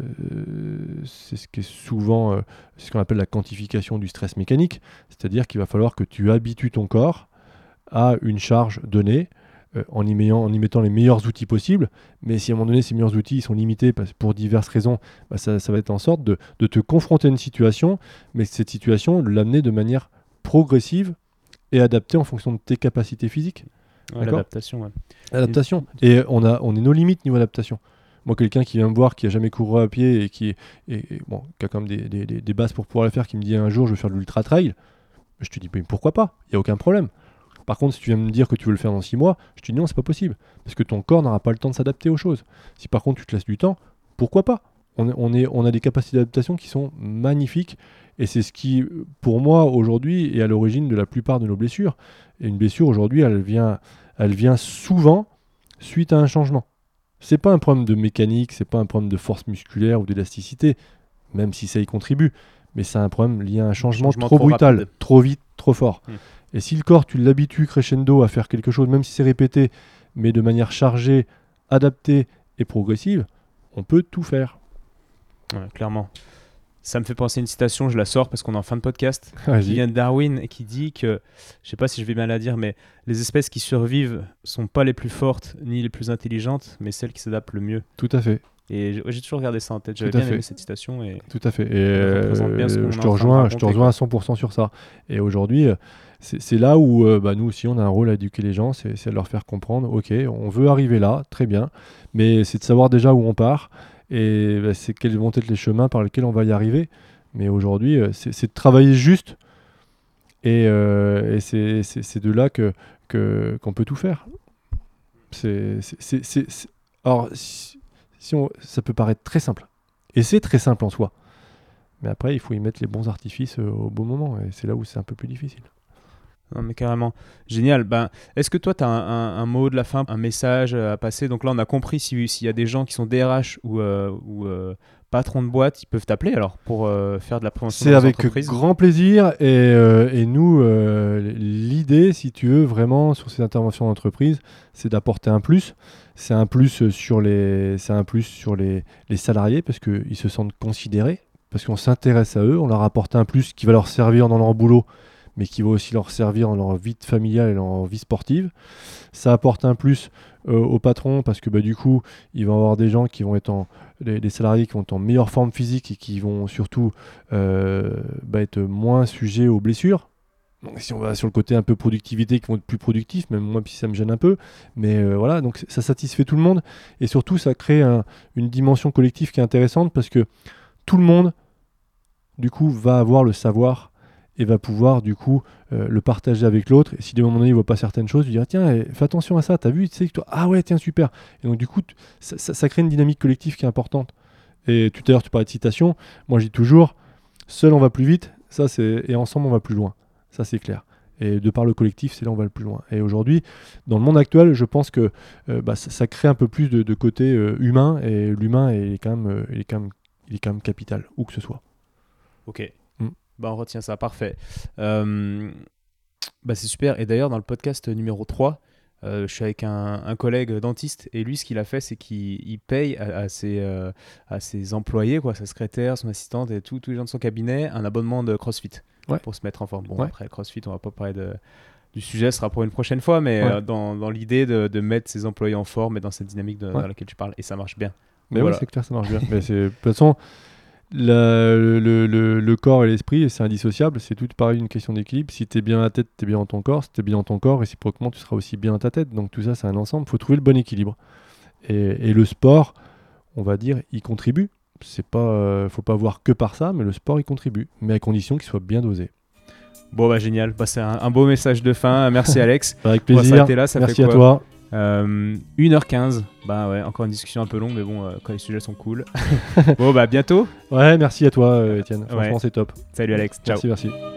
euh, c'est ce qui est souvent, euh, c'est ce qu'on appelle la quantification du stress mécanique, c'est-à-dire qu'il va falloir que tu habitues ton corps à une charge donnée, euh, en, y mettant, en y mettant les meilleurs outils possibles. Mais si à un moment donné, ces meilleurs outils ils sont limités parce, pour diverses raisons, bah, ça, ça va être en sorte de, de te confronter à une situation, mais cette situation, de l'amener de manière progressive et adaptée en fonction de tes capacités physiques. Ouais, D'accord. l'adaptation, ouais. Adaptation. Et on, a, on est nos limites niveau adaptation. Moi, quelqu'un qui vient me voir, qui a jamais couru à pied et qui, est, et, et, bon, qui a quand même des, des, des, des bases pour pouvoir le faire, qui me dit un jour je vais faire de l'ultra trail, je te dis mais pourquoi pas, il n'y a aucun problème. Par contre, si tu viens me dire que tu veux le faire dans six mois, je te dis non, c'est pas possible. Parce que ton corps n'aura pas le temps de s'adapter aux choses. Si par contre tu te laisses du temps, pourquoi pas ? on, on, est, on a des capacités d'adaptation qui sont magnifiques. Et c'est ce qui, pour moi, aujourd'hui, est à l'origine de la plupart de nos blessures. Et une blessure, aujourd'hui, elle vient, elle vient souvent suite à un changement. C'est pas un problème de mécanique, c'est pas un problème de force musculaire ou d'élasticité, même si ça y contribue. Mais c'est un problème lié à un changement, Changement trop, trop brutal, rapide. trop vite, trop fort. Mmh. Et si le corps, tu l'habitues crescendo à faire quelque chose, même si c'est répété, mais de manière chargée, adaptée et progressive, on peut tout faire. Ouais, clairement. Ça me fait penser à une citation, je la sors parce qu'on est en fin de podcast, Vas-y. qui vient de Darwin et qui dit que, je sais pas si je vais bien la dire, mais les espèces qui survivent sont pas les plus fortes ni les plus intelligentes, mais celles qui s'adaptent le mieux. Tout à fait. Et j'ai, j'ai toujours gardé ça en tête, j'avais Tout à bien aimé fait. cette citation. Et Tout à fait. Et elle représente bien ce qu'on euh, est je en te train de rejoins, je te raconter, rejoins quoi. à cent pour cent sur ça. Et aujourd'hui, euh, c'est, c'est là où euh, bah, nous aussi, on a un rôle à éduquer les gens, c'est, c'est de leur faire comprendre, ok, on veut arriver là, très bien, mais c'est de savoir déjà où on part et bah, c'est quels vont être les chemins par lesquels on va y arriver. Mais aujourd'hui, euh, c'est, c'est de travailler juste et, euh, et c'est, c'est, c'est de là que, que, qu'on peut tout faire. C'est, c'est, c'est, c'est, c'est... Alors, si, si on... ça peut paraître très simple. Et c'est très simple en soi. Mais après, il faut y mettre les bons artifices euh, au bon moment. Et c'est là où c'est un peu plus difficile. Non, mais carrément. Génial. Ben, est-ce que toi, tu as un, un, un mot de la fin, un message à passer? Donc là, on a compris si- s'il y a des gens qui sont D R H ou, euh, ou euh, patrons de boîte, ils peuvent t'appeler alors pour euh, faire de la prévention C'est dans les avec entreprises. grand plaisir. Et, euh, et nous, euh, l'idée, si tu veux, vraiment, sur ces interventions d'entreprise, c'est d'apporter un plus. C'est un plus sur les, c'est un plus sur les, les salariés parce qu'ils se sentent considérés, parce qu'on s'intéresse à eux, on leur apporte un plus qui va leur servir dans leur boulot, mais qui va aussi leur servir dans leur vie familiale et dans leur vie sportive. Ça apporte un plus euh, au patron parce que bah, du coup, il va y avoir des gens qui vont être en, des, des salariés qui vont être en meilleure forme physique et qui vont surtout euh, bah, être moins sujets aux blessures. Donc, si on va sur le côté un peu productivité, qui vont être plus productifs, même moi, si ça me gêne un peu, mais euh, voilà, donc ça satisfait tout le monde et surtout ça crée un, une dimension collective qui est intéressante parce que tout le monde, du coup, va avoir le savoir et va pouvoir du coup euh, le partager avec l'autre. Et si de moment donné il voit pas certaines choses, lui dire tiens, eh, fais attention à ça, t'as vu, tu sais que toi, ah ouais, tiens, super. Et donc du coup, t- ça, ça- ça crée une dynamique collective qui est importante. Et tout à l'heure, tu parlais de citation. Moi, je dis toujours, seul on va plus vite, ça c'est, et ensemble on va plus loin. Ça c'est clair. Et de par le collectif, c'est là où on va le plus loin. Et aujourd'hui, dans le monde actuel, je pense que euh, bah, ça, ça crée un peu plus de, de côté euh, humain. Et l'humain il est quand même, euh, il est quand même, il est quand même capital, où que ce soit. Ok. Mm. Bah, on retient ça, parfait. Euh, bah, c'est super. Et d'ailleurs, dans le podcast numéro trois, euh, je suis avec un, un collègue dentiste et lui, ce qu'il a fait, c'est qu'il il paye à, à, ses, euh, à ses employés, quoi, sa secrétaire, son assistante et tout, tous les gens de son cabinet, un abonnement de CrossFit Ouais. pour se mettre en forme. Bon, Ouais. après, le CrossFit, on va pas parler de, du sujet, ce sera pour une prochaine fois, mais Ouais. euh, dans, dans l'idée de, de mettre ses employés en forme et dans cette dynamique de- Ouais. dans laquelle tu parles. Et ça marche bien. Mais Voilà. oui, c'est clair, ça marche bien. Mais c'est, de toute façon, la- le, le- le corps et l'esprit, c'est indissociable. C'est tout pareil, une question d'équilibre. Si tu es bien à la tête, tu es bien dans ton corps. Si tu es bien dans ton corps, réciproquement, tu seras aussi bien à ta tête. Donc tout ça, c'est un ensemble. Il faut trouver le bon équilibre. Et, et le sport, on va dire, il contribue. C'est pas, euh, faut pas voir que par ça, mais le sport, il contribue. Mais à condition qu'il soit bien dosé. Bon, bah génial. Bah, c'est un, un beau message de fin. Merci, Alex. Avec On va plaisir. s'arrêter là, ça Merci fait à quoi toi. Euh, une heure quinze, bah ouais, encore une discussion un peu longue, mais bon, euh, quand les sujets sont cool. Bon, bah bientôt. Ouais, merci à toi, euh, Étienne. Franchement, Ouais. c'est top. Salut Alex, ciao. Merci, merci.